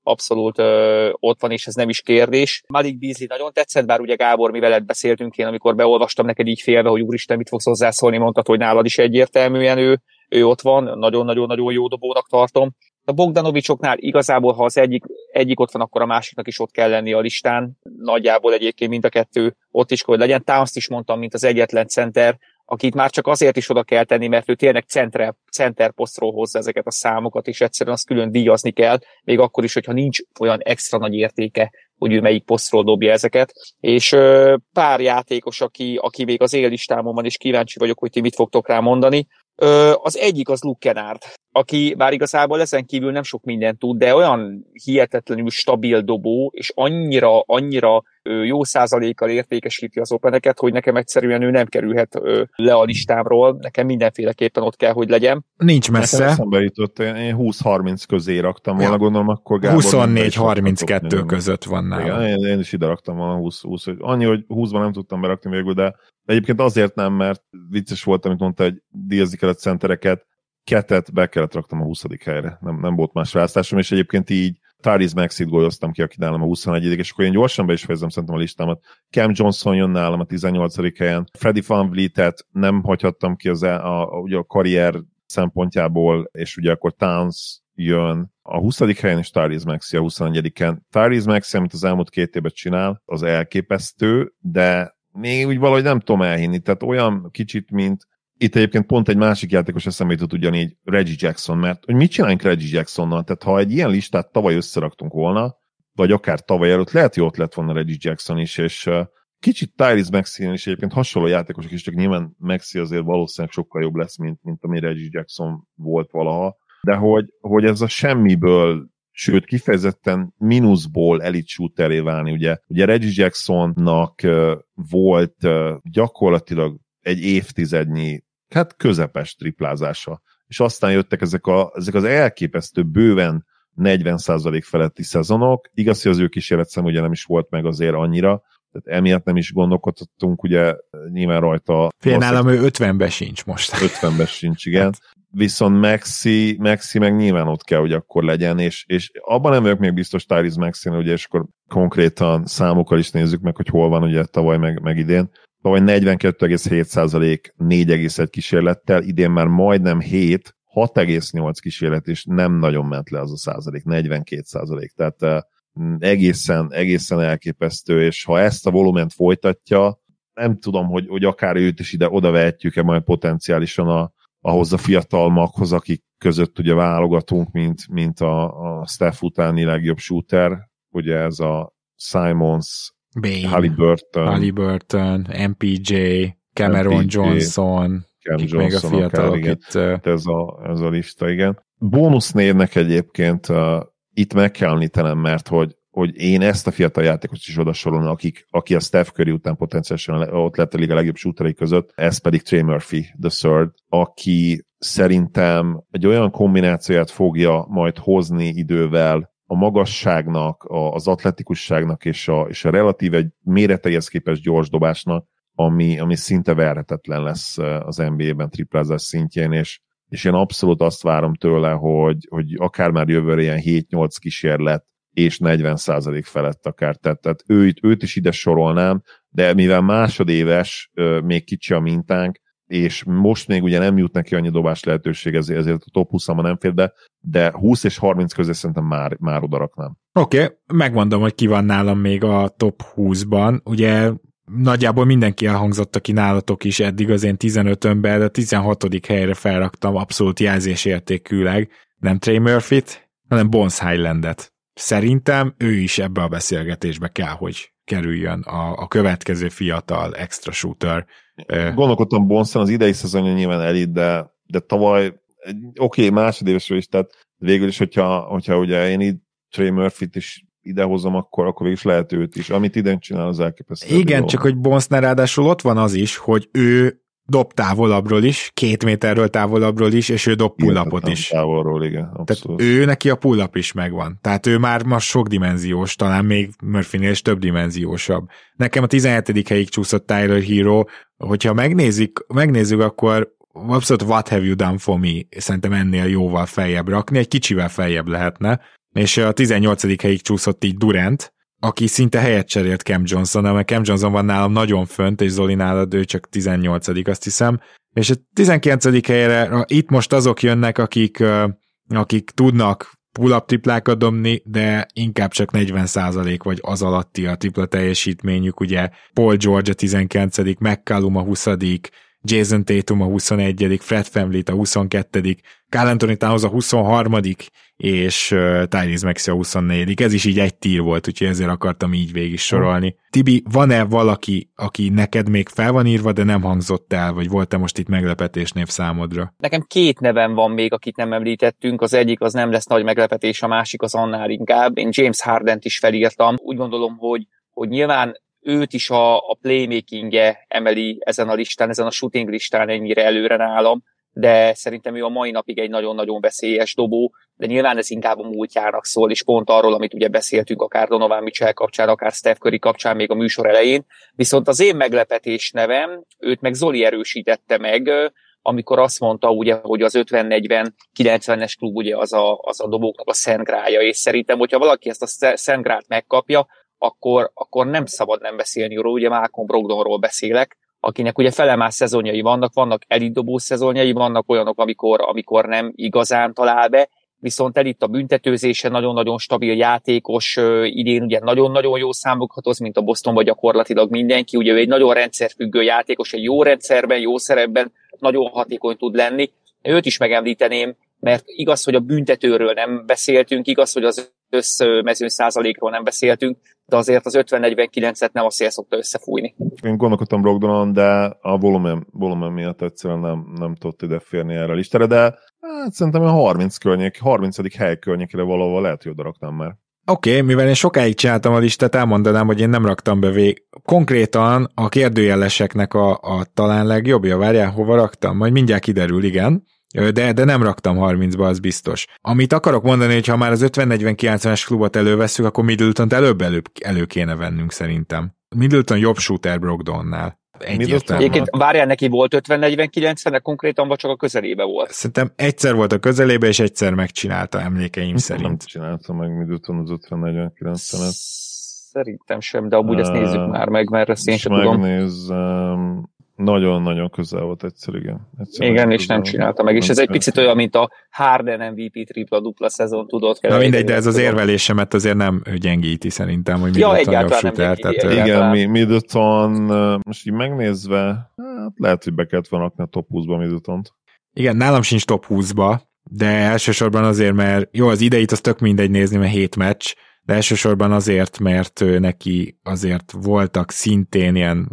abszolút ott van, és ez nem is kérdés. Malik Beasley nagyon tetszett, bár ugye Gábor, mi veled beszéltünk, én amikor beolvastam neked így félve, hogy úristen, mit fogsz hozzászólni, mondtad, hogy nálad is egyértelműen ő ott van, nagyon-nagyon-nagyon jó dobónak tartom. A Bogdanovicsoknál igazából, ha az egyik ott van, akkor a másiknak is ott kell lenni a listán. Nagyjából egyébként mind a kettő ott is, hogy legyen. Towns-t is mondtam, mint az egyetlen center, akit már csak azért is oda kell tenni, mert ő tényleg center posztról hozza ezeket a számokat, és egyszerűen azt külön díjazni kell, még akkor is, hogyha nincs olyan extra nagy értéke, hogy ő melyik posztról dobja ezeket. És pár játékos, aki még az éllistámon van, és kíváncsi vagyok, hogy ti mit fogtok rá mondani. Az egyik az Luke Kennard, aki bár igazából ezen kívül nem sok mindent tud, de olyan hihetetlenül stabil dobó, és annyira jó százalékkal értékesíti az openeket, hogy nekem egyszerűen ő nem kerülhet le a listámról, nekem mindenféleképpen ott kell, hogy legyen. Nincs messze. Eszembe jutott, én 20-30 közé raktam volna, gondolom, akkor Gábor... 24-32 között van nálam. Én is ide raktam volna 20, hogy annyi, hogy 20-ban nem tudtam berakni végül, de egyébként azért nem, mert vicces volt, amit mondta, hogy díjazni kellett centereket, Ketet be kellett raktam a 20. helyre, nem volt más választásom, és egyébként így Tyrese Maxey-t gólyoztam ki, aki nálam a 21. és akkor én gyorsan be is fejezem szerintem a listámat. Cam Johnson jön nálam a 18. helyen, Freddie VanVleet-et nem hagyhattam ki ugye a karrier szempontjából, és ugye akkor Towns jön a 20. helyen, és Tyrese Maxey a 21-en. Tyrese Maxey, amit az elmúlt 2 évben csinál, az elképesztő, de még úgy valahogy nem tudom elhinni, tehát olyan kicsit, mint itt egyébként pont egy másik játékos eszembe jutott ugyanígy Reggie Jackson, mert hogy mit csináljunk Reggie Jacksonnal? Tehát ha egy ilyen listát tavaly összeraktunk volna, vagy akár tavaly előtt, lehet, hogy ott lett volna Reggie Jackson is, és kicsit Tyrese Maxey is egyébként hasonló játékosok is, csak nyilván Maxey azért valószínűleg sokkal jobb lesz, mint ami Reggie Jackson volt valaha, de hogy ez a semmiből, sőt kifejezetten mínuszból elit shooteré válni, ugye Reggie Jacksonnak volt gyakorlatilag egy évtizednyi, hát közepes triplázása. És aztán jöttek ezek az elképesztő bőven 40% feletti szezonok. Igaz, hogy az ő kísérletszám ugye nem is volt meg azért annyira, tehát emiatt nem is gondolkodtunk ugye nyilván rajta. Nálam ő 50-ben sincs most. 50-ben sincs, igen. Viszont Maxey meg nyilván ott kell, hogy akkor legyen, és abban nem vagyok még biztos Tyrese Maxey-nél, ugye, és akkor konkrétan számokkal is nézzük meg, hogy hol van ugye tavaly meg idén. Tavaly 42,7%, 4,1 kísérlettel, idén már majdnem 7, 6,8 kísérlet, és nem nagyon ment le az a százalék, 42%. Tehát egészen elképesztő, és ha ezt a volument folytatja, nem tudom, hogy akár őt is oda vehetjük-e majd potenciálisan ahhoz a fiatal maghoz, akik között ugye válogatunk, mint a Steph utáni legjobb shooter, ugye ez a Simons, Haliburton, MPJ, Cameron Johnson, akik még a fiatalok akár, itt. Ez a lista, igen. Bónusznévnek egyébként itt meg kell említenem, mert hogy én ezt a fiatal játékost is odasorolom, aki a Steph Curry után potenciálisan ott lett a liga legjobb shooterei között, ez pedig Trey Murphy III, aki szerintem egy olyan kombinációját fogja majd hozni idővel a magasságnak, az atletikusságnak és a relatív egy méreteihez képest gyors dobásnak, ami szinte verhetetlen lesz az NBA-ben triplázás szintjén, és én abszolút azt várom tőle, hogy akár már jövőre ilyen 7-8 kísérlet, és 40% felett akár. Tehát őt is ide sorolnám, de mivel másodéves, még kicsi a mintánk, és most még ugye nem jut neki annyi dobás lehetőség, ezért a top 20-ban nem fér be, de 20 és 30 közé szerintem már oda raknám. Oké, megmondom, hogy ki van nálam még a top 20-ban. Ugye nagyjából mindenki elhangzott, aki nálatok is eddig az én 15-önben, de a 16. helyre felraktam abszolút jelzésértékűleg nem Trey Murphyt, hanem Bones Hylandet. Szerintem ő is ebbe a beszélgetésbe kell, hogy kerüljön a következő fiatal extra shooter. Gondolkodtam Bonson, az idei szezonja nyilván elit, de tavaly másodévesről is, tehát végül is, hogyha ugye én így Trey Murphyt is idehozom, akkor végül is lehet őt is. Amit idén csinál, az elképesztő. Igen, csak hogy Bonsnál ráadásul ott van az is, hogy ő dob távolabbról is, 2 méterről távolabbról is, és ő dob pull-upot is. Távolról, igen, abszolút. Tehát ő neki a pull-up is megvan. Tehát ő már sokdimenziós, talán még Murphynél is többdimenziósabb. Nekem a 17. helyig csúszott Tyler Hero, hogyha megnézzük, akkor abszolút what have you done for me, szerintem ennél jóval feljebb rakni, egy kicsivel feljebb lehetne, és a 18. helyig csúszott így Durant, aki szinte helyet cserélt Cam Johnson, mert Cam Johnson van nálam nagyon fönt, és Zoli nálad ő csak 18. azt hiszem, és a 19. helyre itt most azok jönnek, akik tudnak pull-up triplákat dobni, de inkább csak 40% vagy az alatti a tripla teljesítményük, ugye Paul George a 19., McCallum a 20., Jason Tatum a 21., Fred VanVleet a 22., Karl Anthony Towns a 23., és Tyrese Maxey a 24. Ez is így egy tír volt, úgyhogy ezért akartam így végig sorolni. Tibi, van-e valaki, aki neked még fel van írva, de nem hangzott el, vagy volt-e most itt meglepetésnév számodra? Nekem 2 nevem van még, akit nem említettünk, az egyik az nem lesz nagy meglepetés, a másik az annál inkább. Én James Hardent is felírtam. Úgy gondolom, hogy nyilván őt is a playmaking-e emeli ezen a listán, ezen a shooting listán ennyire előre nálam, de szerintem ő a mai napig egy nagyon-nagyon veszélyes dobó, de nyilván ez inkább a múltjának szól, és pont arról, amit ugye beszéltünk, akár Donovan Mitchell kapcsán, akár Steph Curry kapcsán még a műsor elején. Viszont az én meglepetés nevem, őt meg Zoli erősítette meg, amikor azt mondta, ugye, hogy az 50-40-90-es klub ugye az a dobóknak a Szent Grálja, és szerintem, hogyha valaki ezt a Szent Grált megkapja, akkor nem szabad nem beszélni róla, ugye Malcolm Brogdonról beszélek, akinek ugye felemás szezonjai vannak elitdobó szezonjai, vannak olyanok, amikor nem igazán talál be, viszont elit a büntetőzése, nagyon-nagyon stabil játékos, idén ugye nagyon-nagyon jó számokhoz, mint a Bostonban gyakorlatilag mindenki, ugye ő egy nagyon rendszerfüggő játékos, egy jó rendszerben, jó szerepben nagyon hatékony tud lenni. Őt is megemlíteném, mert igaz, hogy a büntetőről nem beszéltünk, igaz, hogy az összmezőny százalékról nem beszéltünk, de azért az 50-49-et nem a szél szokta összefújni. Én gondolkodtam Brogdonon, de a volumen miatt egyszerűen nem tudott ide férni erre a listára, de hát szerintem a 30. hely környékére valahol lehet, hogy oda raktam már. Oké, mivel én sokáig csináltam a listát, elmondanám, hogy én nem raktam be konkrétan a kérdőjeleseknek a talán legjobbja. Várjál, hova raktam? Majd mindjárt kiderül, igen. De nem raktam 30-ba, az biztos. Amit akarok mondani, hogy ha már az 50-40-90-es klubot elővesszük, akkor Middletont előbb elő kéne vennünk szerintem. Middleton jobb shooter Brogdonnál. Egyébként várjál, neki volt 50-40-90, konkrétan vagy csak a közelébe volt? Szerintem egyszer volt a közelébe, és egyszer megcsinálta emlékeim szerint. Nem csinálta meg Middleton az 50-40-90-et. Szerintem sem, de amúgy ezt nézzük már meg, mert ezt én sem tudom. Megnézem. Nagyon-nagyon közel volt egyszer, igen. Igen, és nem csinálta meg. És ez egy picit olyan, mint a Harden MVP tripla-dupla szezon, tudod? Na mindegy, de ez az érvelésemet azért nem gyengíti szerintem, hogy Middleton jobb shooter. Igen, Middleton, most így megnézve, hát lehet, hogy be kellett volna rakni a top 20-ba Middletont. Igen, nálam sincs top 20-ba, de elsősorban azért, mert jó, az ideit az tök mindegy nézni, mert 7 meccs, de elsősorban azért, mert neki azért voltak szintén ilyen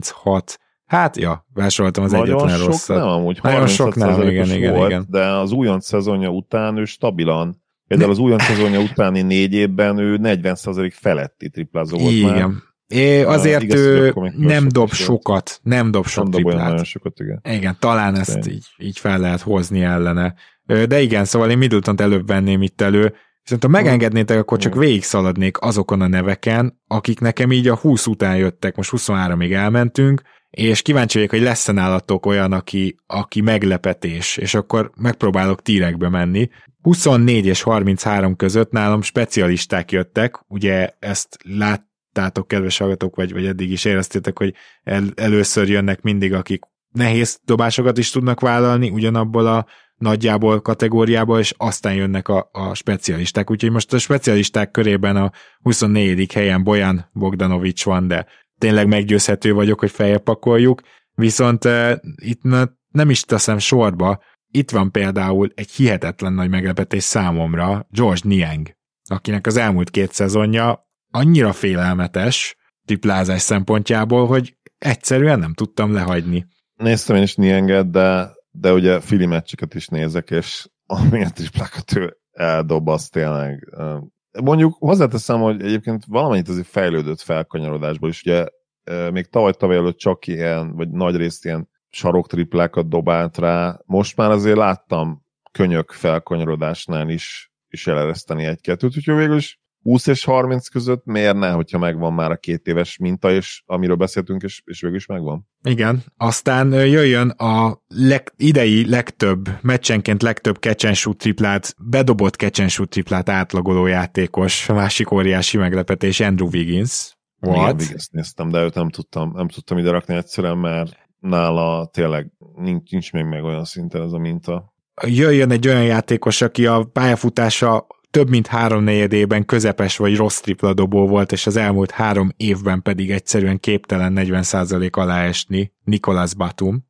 36. Hát, ja, vásároltam az egyetlen rosszat. Nem, amúgy nagyon sok nem, igen. De az újonc szezonja után ő stabilan. Például az újonc szezonja utáni 4 évben ő 40% feletti triplázó volt igen. már. Azért igaz, ő nem dob sokat, nem dob sok triplát. Nagyon sokat, igen. Igen, talán ezt így fel lehet hozni ellene. De igen, szóval én Middletont előbb venném itt elő, viszont ha megengednétek, akkor csak végig szaladnék azokon a neveken, akik nekem így a 20 után jöttek, most 23-ig elmentünk, és kíváncsi vagyok, hogy lesz-e nálatok olyan, aki meglepetés, és akkor megpróbálok tírekbe menni. 24 és 33 között nálam specialisták jöttek, ugye ezt láttátok, kedves hallgatók, vagy eddig is éreztétek, hogy először jönnek mindig, akik nehéz dobásokat is tudnak vállalni, ugyanabból a nagyjából kategóriából, és aztán jönnek a specialisták. Úgyhogy most a specialisták körében a 24. helyen Bojan Bogdanović van, de tényleg meggyőzhető vagyok, hogy feljebb pakoljuk, viszont itt nem is teszem sorba, itt van például egy hihetetlen nagy meglepetés számomra, Georges Niang, akinek az elmúlt 2 szezonja annyira félelmetes triplázás szempontjából, hogy egyszerűen nem tudtam lehagyni. Néztem én is Nianget, de ugye Fili meccseket is nézek, és amilyen triplákat ő eldob, az tényleg... Mondjuk hozzáteszem, hogy egyébként valamennyit azért fejlődött felkanyarodásból is, ugye még tavaly előtt csak ilyen, vagy nagy részt ilyen saroktriplákat dobált rá, most már azért láttam könyök felkanyarodásnál is elereszteni 1-2-t, úgyhogy végül is 20 és 30 között miért ne, hogyha megvan már a 2 éves minta, és amiről beszéltünk, és végül is megvan. Igen, aztán jöjjön a idei legtöbb, meccsenként legtöbb catch and shoot triplát, bedobott catch and shoot triplát átlagoló játékos, a másik óriási meglepetés Andrew Wiggins. Igen, Wiggins néztem, de őt nem tudtam ide rakni egyszerűen, mert nála tényleg nincs még meg olyan szinten ez a minta. Jöjjön egy olyan játékos, aki a pályafutása több mint 3/4-ében közepes vagy rossz tripladobó volt, és az elmúlt 3 évben pedig egyszerűen képtelen 40% alá esni, Nicolas Batum.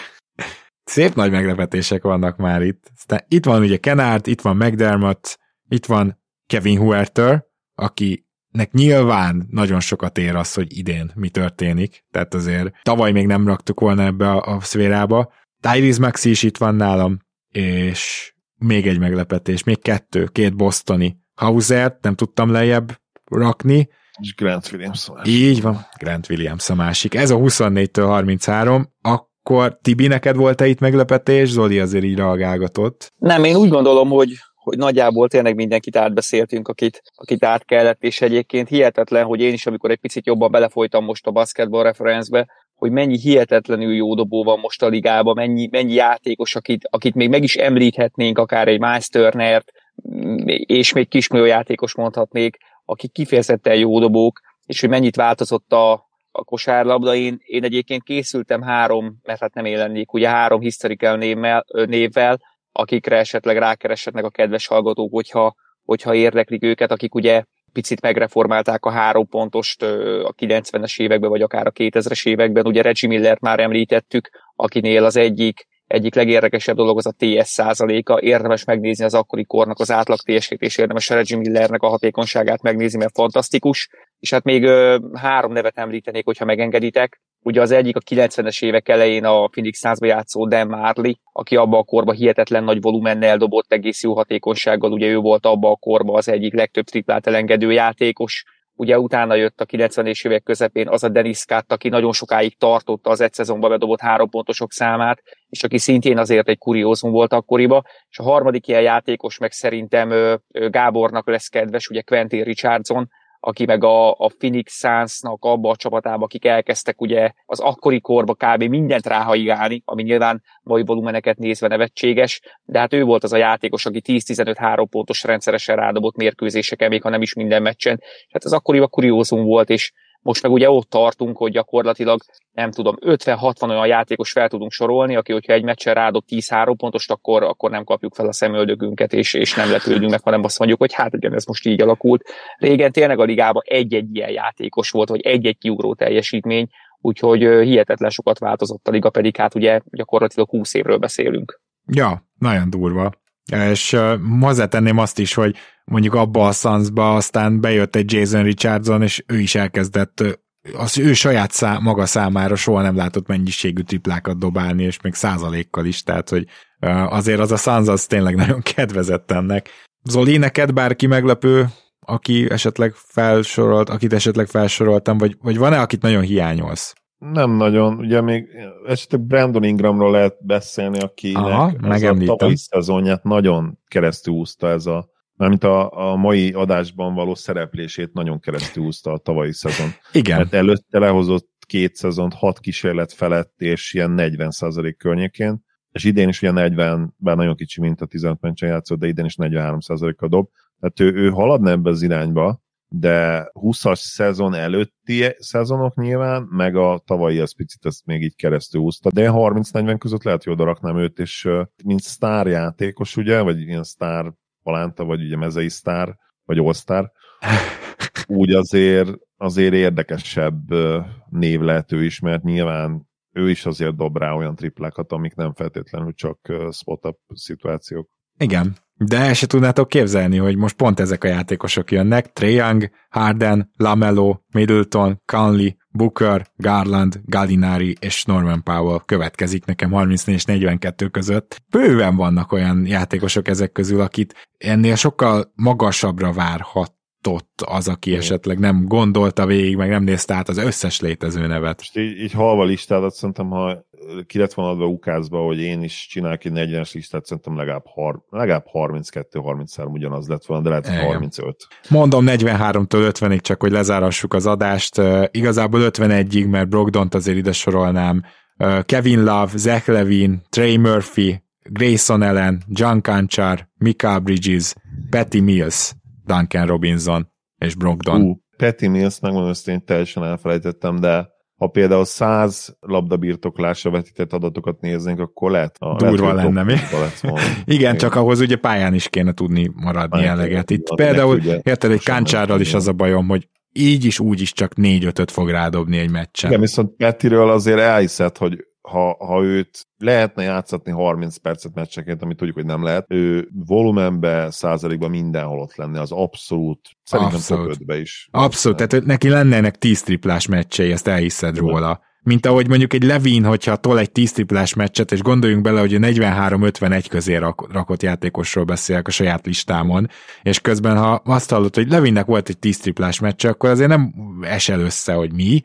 Szép nagy meglepetések vannak már itt. Aztán itt van ugye Kennard, itt van McDermott, itt van Kevin Huerter, akinek nyilván nagyon sokat ér az, hogy idén mi történik, tehát azért tavaly még nem raktuk volna ebbe a szférába. Tyrese Maxey is itt van nálam, és még egy meglepetés, még 2 bostoni. Hausert nem tudtam lejjebb rakni. És Grant Williams a másik. Így van, Grant Williams a másik. Ez a 24-től 33. Akkor Tibi, neked volt-e itt meglepetés? Zoli azért így reagálgatott. Nem, én úgy gondolom, hogy nagyjából tényleg mindenkit átbeszéltünk, akit át kellett, és egyébként hihetetlen, hogy én is, amikor egy picit jobban belefolytam most a Basketball Reference-be, hogy mennyi hihetetlenül jó dobó van most a ligában, mennyi játékos, akit még meg is említhetnénk, akár egy Miles Turnert, és még kismillió játékos mondhatnék, akik kifejezetten jó dobók, és hogy mennyit változott a kosárlabda. Én egyébként készültem 3, mert hát nem én lennék, ugye 3 historical névvel, akikre esetleg rákereshetnek a kedves hallgatók, hogyha érdeklik őket, akik ugye picit megreformálták a 3 pontost a 90-es években, vagy akár a 2000-es években. Ugye Reggie Millert már említettük, akinél az egyik legérdekesebb dolog az a TS százaléka. Érdemes megnézni az akkori kornak az átlag TS-ét, és érdemes a Reggie Millernek a hatékonyságát megnézni, mert fantasztikus. És hát még 3 nevet említenék, hogyha megengeditek. Ugye az egyik a 90-es évek elején a Phoenix Sunsba játszó Dan Marley, aki abban a korban hihetetlen nagy volumennel dobott egész jó hatékonysággal. Ugye ő volt abban a korban az egyik legtöbb triplát elengedő játékos. Ugye utána jött a 90-es évek közepén az a Dennis Scott, aki nagyon sokáig tartotta az egy szezonban bedobott 3 pontosok számát, és aki szintén azért egy kuriózum volt akkoriban. És a harmadik ilyen játékos meg szerintem Gábornak lesz kedves, ugye Quentin Richardson, aki meg a Phoenix Sunsnak abba a csapatába, akik elkezdtek ugye az akkori korba kb. Mindent ráhajigálni, ami nyilván mai volumeneket nézve nevetséges, de hát ő volt az a játékos, aki 10-15-3 pontos rendszeresen rádobott mérkőzéseken, még ha nem is minden meccsen. Hát az akkoriban kuriózum volt, és most meg ugye ott tartunk, hogy gyakorlatilag, nem tudom, 50-60 olyan játékos fel tudunk sorolni, aki, hogyha egy meccsen rádob 10-3 pontost, akkor nem kapjuk fel a szemöldögünket, és nem lepődünk meg, hanem azt mondjuk, hogy hát igen, ez most így alakult. Régen tényleg a ligában egy-egy ilyen játékos volt, vagy egy-egy kiugró teljesítmény, úgyhogy hihetetlen sokat változott a liga, pedig hát ugye gyakorlatilag 20 évről beszélünk. Ja, nagyon durva. És hozzátenném azt is, hogy mondjuk abba a Sunsba aztán bejött egy Jason Richardson, és ő is elkezdett ő saját maga számára soha nem látott mennyiségű triplákat dobálni, és még százalékkal is, tehát hogy azért az a Suns az tényleg nagyon kedvezett ennek. Zoli, neked bárki meglepő, akit esetleg felsoroltam, vagy van-e, akit nagyon hiányolsz? Nem nagyon, ugye még esetleg Brandon Ingramról lehet beszélni, akinek az a tavalyi szezonját nagyon keresztülhúzta mármint a mai adásban való szereplését nagyon keresztülhúzta a tavalyi szezon. Igen. Mert előtte lehozott 2 szezont 6 kísérlet felett, és ilyen 40% környékén, és idén is ugye 40, bár nagyon kicsi, mint a 15 meccsen játszott, de idén is 43%-kal dob. Tehát ő haladna ebbe az irányba, de 20-as szezon előtti szezonok nyilván, meg a tavalyi az picit ezt még így keresztül húzta, de 30-40 között lehet, hogy oda raknám őt, és mint sztárjátékos, ugye, vagy ilyen sztár palánta, vagy ugye mezei sztár, vagy all-star, úgy azért érdekesebb név lehet ő is, mert nyilván ő is azért dob rá olyan triplákat, amik nem feltétlenül csak spot-up szituációk. Igen, de el se tudnátok képzelni, hogy most pont ezek a játékosok jönnek, Trae Young, Harden, LaMelo, Middleton, Conley, Booker, Garland, Gallinari és Norman Powell következik nekem 34 és 42 között. Bőven vannak olyan játékosok ezek közül, akit ennél sokkal magasabbra várhatott az, aki esetleg nem gondolta végig, meg nem nézte át az összes létező nevet. Most így halva listádat szerintem, ha ki lett volna adva ukázba, hogy én is csinálok egy 40-es listát, szerintem legalább 32-33 ugyanaz lett volna, de lehet, hogy 35. Mondom 43-től 50-ig, csak hogy lezárassuk az adást. Igazából 51-ig, mert Brogdont azért ide sorolnám. Kevin Love, Zach LaVine, Trey Murphy, Grayson Allen, John Conchar, Mikal Bridges, Patty Mills, Duncan Robinson és Brogdon. Patty Mills, megmondom, ezt én teljesen elfelejtettem, de ha például 100 labdabirtoklásra vetített adatokat néznénk, akkor lehet... Durva lenne, mi? Igen, csak ahhoz ugye pályán is kéne tudni maradni eleget. Itt például, érted, egy Conchárral is az a bajom, hogy így is, úgy is csak 4-5-öt fog rádobni egy meccsen. Igen, viszont Pattyről azért elhiszed, hogy ha őt lehetne játszatni 30 percet meccseként, amit tudjuk, hogy nem lehet, ő volumenben, százalékban mindenhol ott lenne, az abszolút, szerintem top 5-be is. Abszolút, tehát neki lennének 10 triplás meccsei, ezt elhiszed róla. Mint ahogy mondjuk egy Levine, hogyha tol egy 10 triplás meccset, és gondoljunk bele, hogy a 43-51 közé rakott játékosról beszélek a saját listámon, és közben, ha azt hallott, hogy Levinnek volt egy 10 triplás meccse, akkor azért nem esel össze, hogy mi.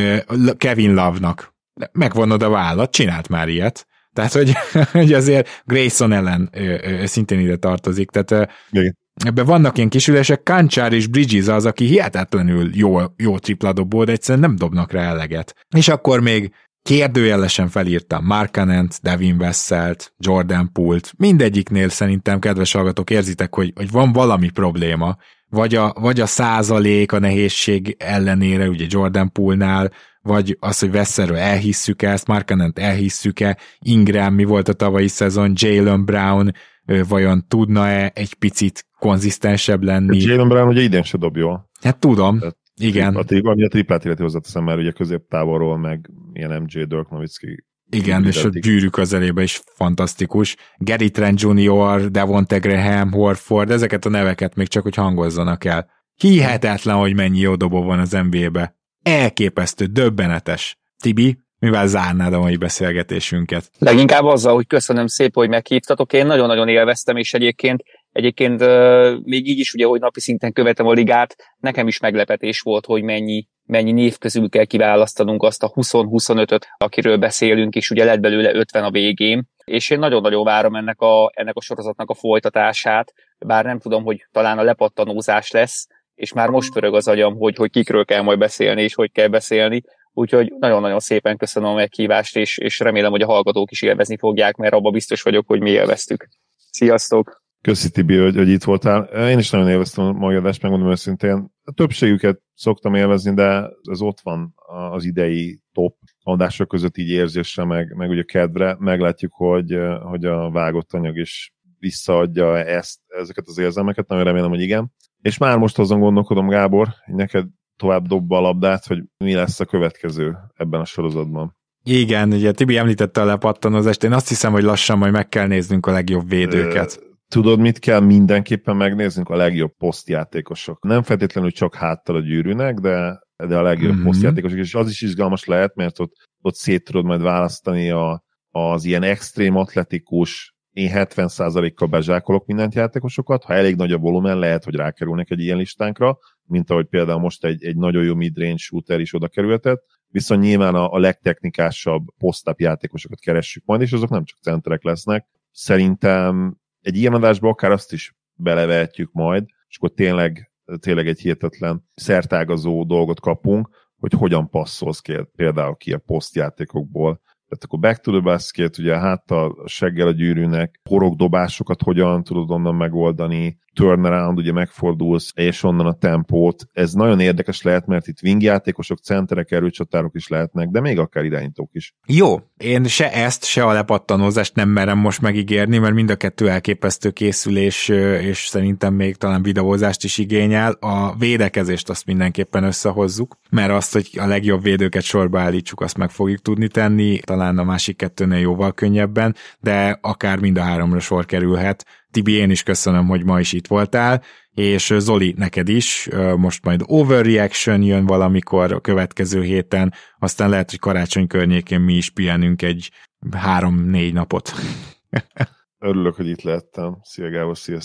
Kevin Love-nak megvonod a vállat, csinált már ilyet. Tehát, hogy azért Grayson Allen szintén ide tartozik, tehát ebben vannak ilyen kisülések, Conchar és Bridges az, aki hihetetlenül jó tripladobó, de egyszerűen nem dobnak rá eleget. És akkor még kérdőjelesen felírtam Markkanent, Devin Vassell-t, Jordan Poole-t, mindegyiknél szerintem, kedves hallgatók, érzitek, hogy van valami probléma, vagy a százalék a nehézség ellenére, ugye Jordan Poole-nál, vagy az, hogy Vassellről elhisszük-e, ezt Markkanent elhisszük-e, Ingram, mi volt a tavalyi szezon, Jaylen Brown, vajon tudna-e egy picit konzisztensebb lenni? Jaylen Brown ugye idén se dob jól. Hát tudom, igen. A triplát illeti hozzáteszem, mert ugye középtávolról meg ilyen MJ Dirk Nowitzki. Igen, és a gyűrű közelébe is fantasztikus. Gary Trent Jr., Devonte Graham, Horford, ezeket a neveket még csak, hogy hangozzanak el. Hihetetlen, hogy mennyi jó dobó van az NBA-be. Elképesztő, döbbenetes. Tibi, mivel zárnád a mai beszélgetésünket? Leginkább azzal, hogy köszönöm szépen, hogy meghívtatok. Én nagyon-nagyon élveztem, és egyébként még így is, ugye, hogy napi szinten követem a ligát, nekem is meglepetés volt, hogy mennyi név közül kell kiválasztanunk azt a 20-25-öt, akiről beszélünk, és ugye lett belőle 50 a végén. És én nagyon-nagyon várom ennek a sorozatnak a folytatását, bár nem tudom, hogy talán a lepattanózás lesz, és már most pörög az agyam, hogy kikről kell majd beszélni, és hogy kell beszélni. Úgyhogy nagyon-nagyon szépen köszönöm a meghívást, és remélem, hogy a hallgatók is élvezni fogják, mert abban biztos vagyok, hogy mi élveztük. Sziasztok! Köszi Tibi, hogy itt voltál. Én is nagyon élveztem a mai adást, megmondom őszintén. A többségüket szoktam élvezni, de ez ott van az idei top adások között így érzésre, meg ugye kedvre. Meglátjuk, hogy a vágott anyag is visszaadja ezeket az érzelmeket. Nagyon remélem, hogy igen. És már most azon gondolkodom, Gábor, hogy neked tovább dobba a labdát, hogy mi lesz a következő ebben a sorozatban. Igen, ugye Tibi említette a lepattanozást, én azt hiszem, hogy lassan majd meg kell néznünk a legjobb védőket. Tudod, mit kell mindenképpen megnéznünk? A legjobb posztjátékosok. Nem feltétlenül csak háttal a gyűrűnek, de a legjobb posztjátékosok, és az is izgalmas lehet, mert ott szét tudod majd választani az ilyen extrém atletikus, én 70%-kal bezsákolok mindent játékosokat, ha elég nagy a volumen, lehet, hogy rákerülnek egy ilyen listánkra, mint ahogy például most egy nagyon jó mid-range shooter is oda kerülhetett, viszont nyilván a legtechnikásabb post-up játékosokat keressük majd, és azok nem csak centerek lesznek. Szerintem egy ilyen adásba akár azt is belevehetjük majd, és akkor tényleg egy hihetetlen szertágazó dolgot kapunk, hogy hogyan passzolsz például ki a posztjátékokból. Tehát akkor back to the basket, ugye háttal seggel a gyűrűnek, porokdobásokat hogyan tudod onnan megoldani, turnaround, ugye megfordulsz, és onnan a tempót. Ez nagyon érdekes lehet, mert itt wingjátékosok, centerek, erőcsatárok is lehetnek, de még akár irányítók is. Jó, én se ezt, se a lepattanózást nem merem most megígérni, mert mind a kettő elképesztő készülés, és szerintem még talán videózást is igényel. A védekezést azt mindenképpen összehozzuk, mert azt, hogy a legjobb védőket sorba állítsuk, azt meg fogjuk tudni tenni, talán a másik kettőnél jóval könnyebben, de akár mind a háromra sor kerülhet. Tibi, én is köszönöm, hogy ma is itt voltál, és Zoli, neked is, most majd Overreaction jön valamikor a következő héten, aztán lehet, hogy karácsony környékén mi is pihenünk egy 3-4 napot. Örülök, hogy itt lehettem. Szia Gábor, sziasztok!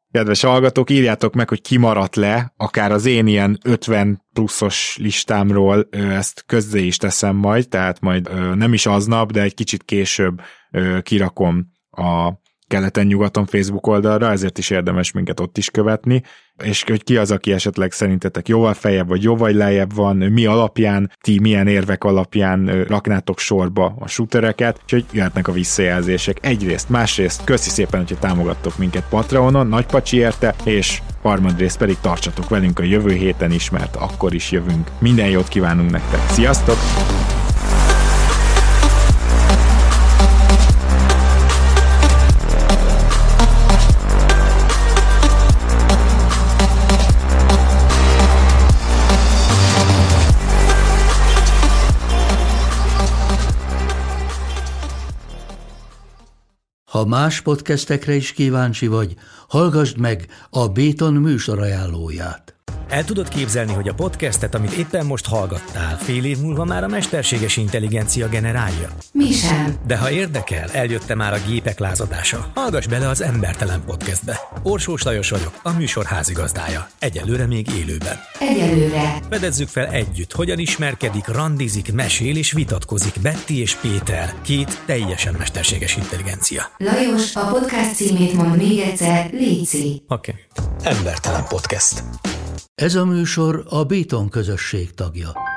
Kedves hallgatók, írjátok meg, hogy ki maradt le, akár az én ilyen 50 pluszos listámról, ezt közzé is teszem majd, tehát majd nem is aznap, de egy kicsit később kirakom a Keleten-nyugaton Facebook oldalra, ezért is érdemes minket ott is követni, és hogy ki az, aki esetleg szerintetek jóval feljebb vagy jóval lejjebb van, mi alapján, ti milyen érvek alapján raknátok sorba a shootereket, és hogy jöhetnek a visszajelzések egyrészt, másrészt köszi szépen, hogyha támogattok minket Patreonon, nagy pacsi érte, és harmadrészt pedig tartsatok velünk a jövő héten is, mert akkor is jövünk. Minden jót kívánunk nektek, sziasztok! Ha más podcastekre is kíváncsi vagy, hallgassd meg a Béton műsor ajánlóját. El tudod képzelni, hogy a podcastet, amit éppen most hallgattál, fél év múlva már a mesterséges intelligencia generálja? Mi sem. De ha érdekel, eljött már a gépek lázadása. Hallgass bele az Embertelen Podcastbe. Orsós Lajos vagyok, a műsor házigazdája. Egyelőre még élőben. Egyelőre. Fedezzük fel együtt, hogyan ismerkedik, randizik, mesél és vitatkozik Betty és Péter, két teljesen mesterséges intelligencia. Lajos, a podcast címét mondd még egyszer, léci. Oké. Embertelen Podcast. Ez a műsor a Béton közösség tagja.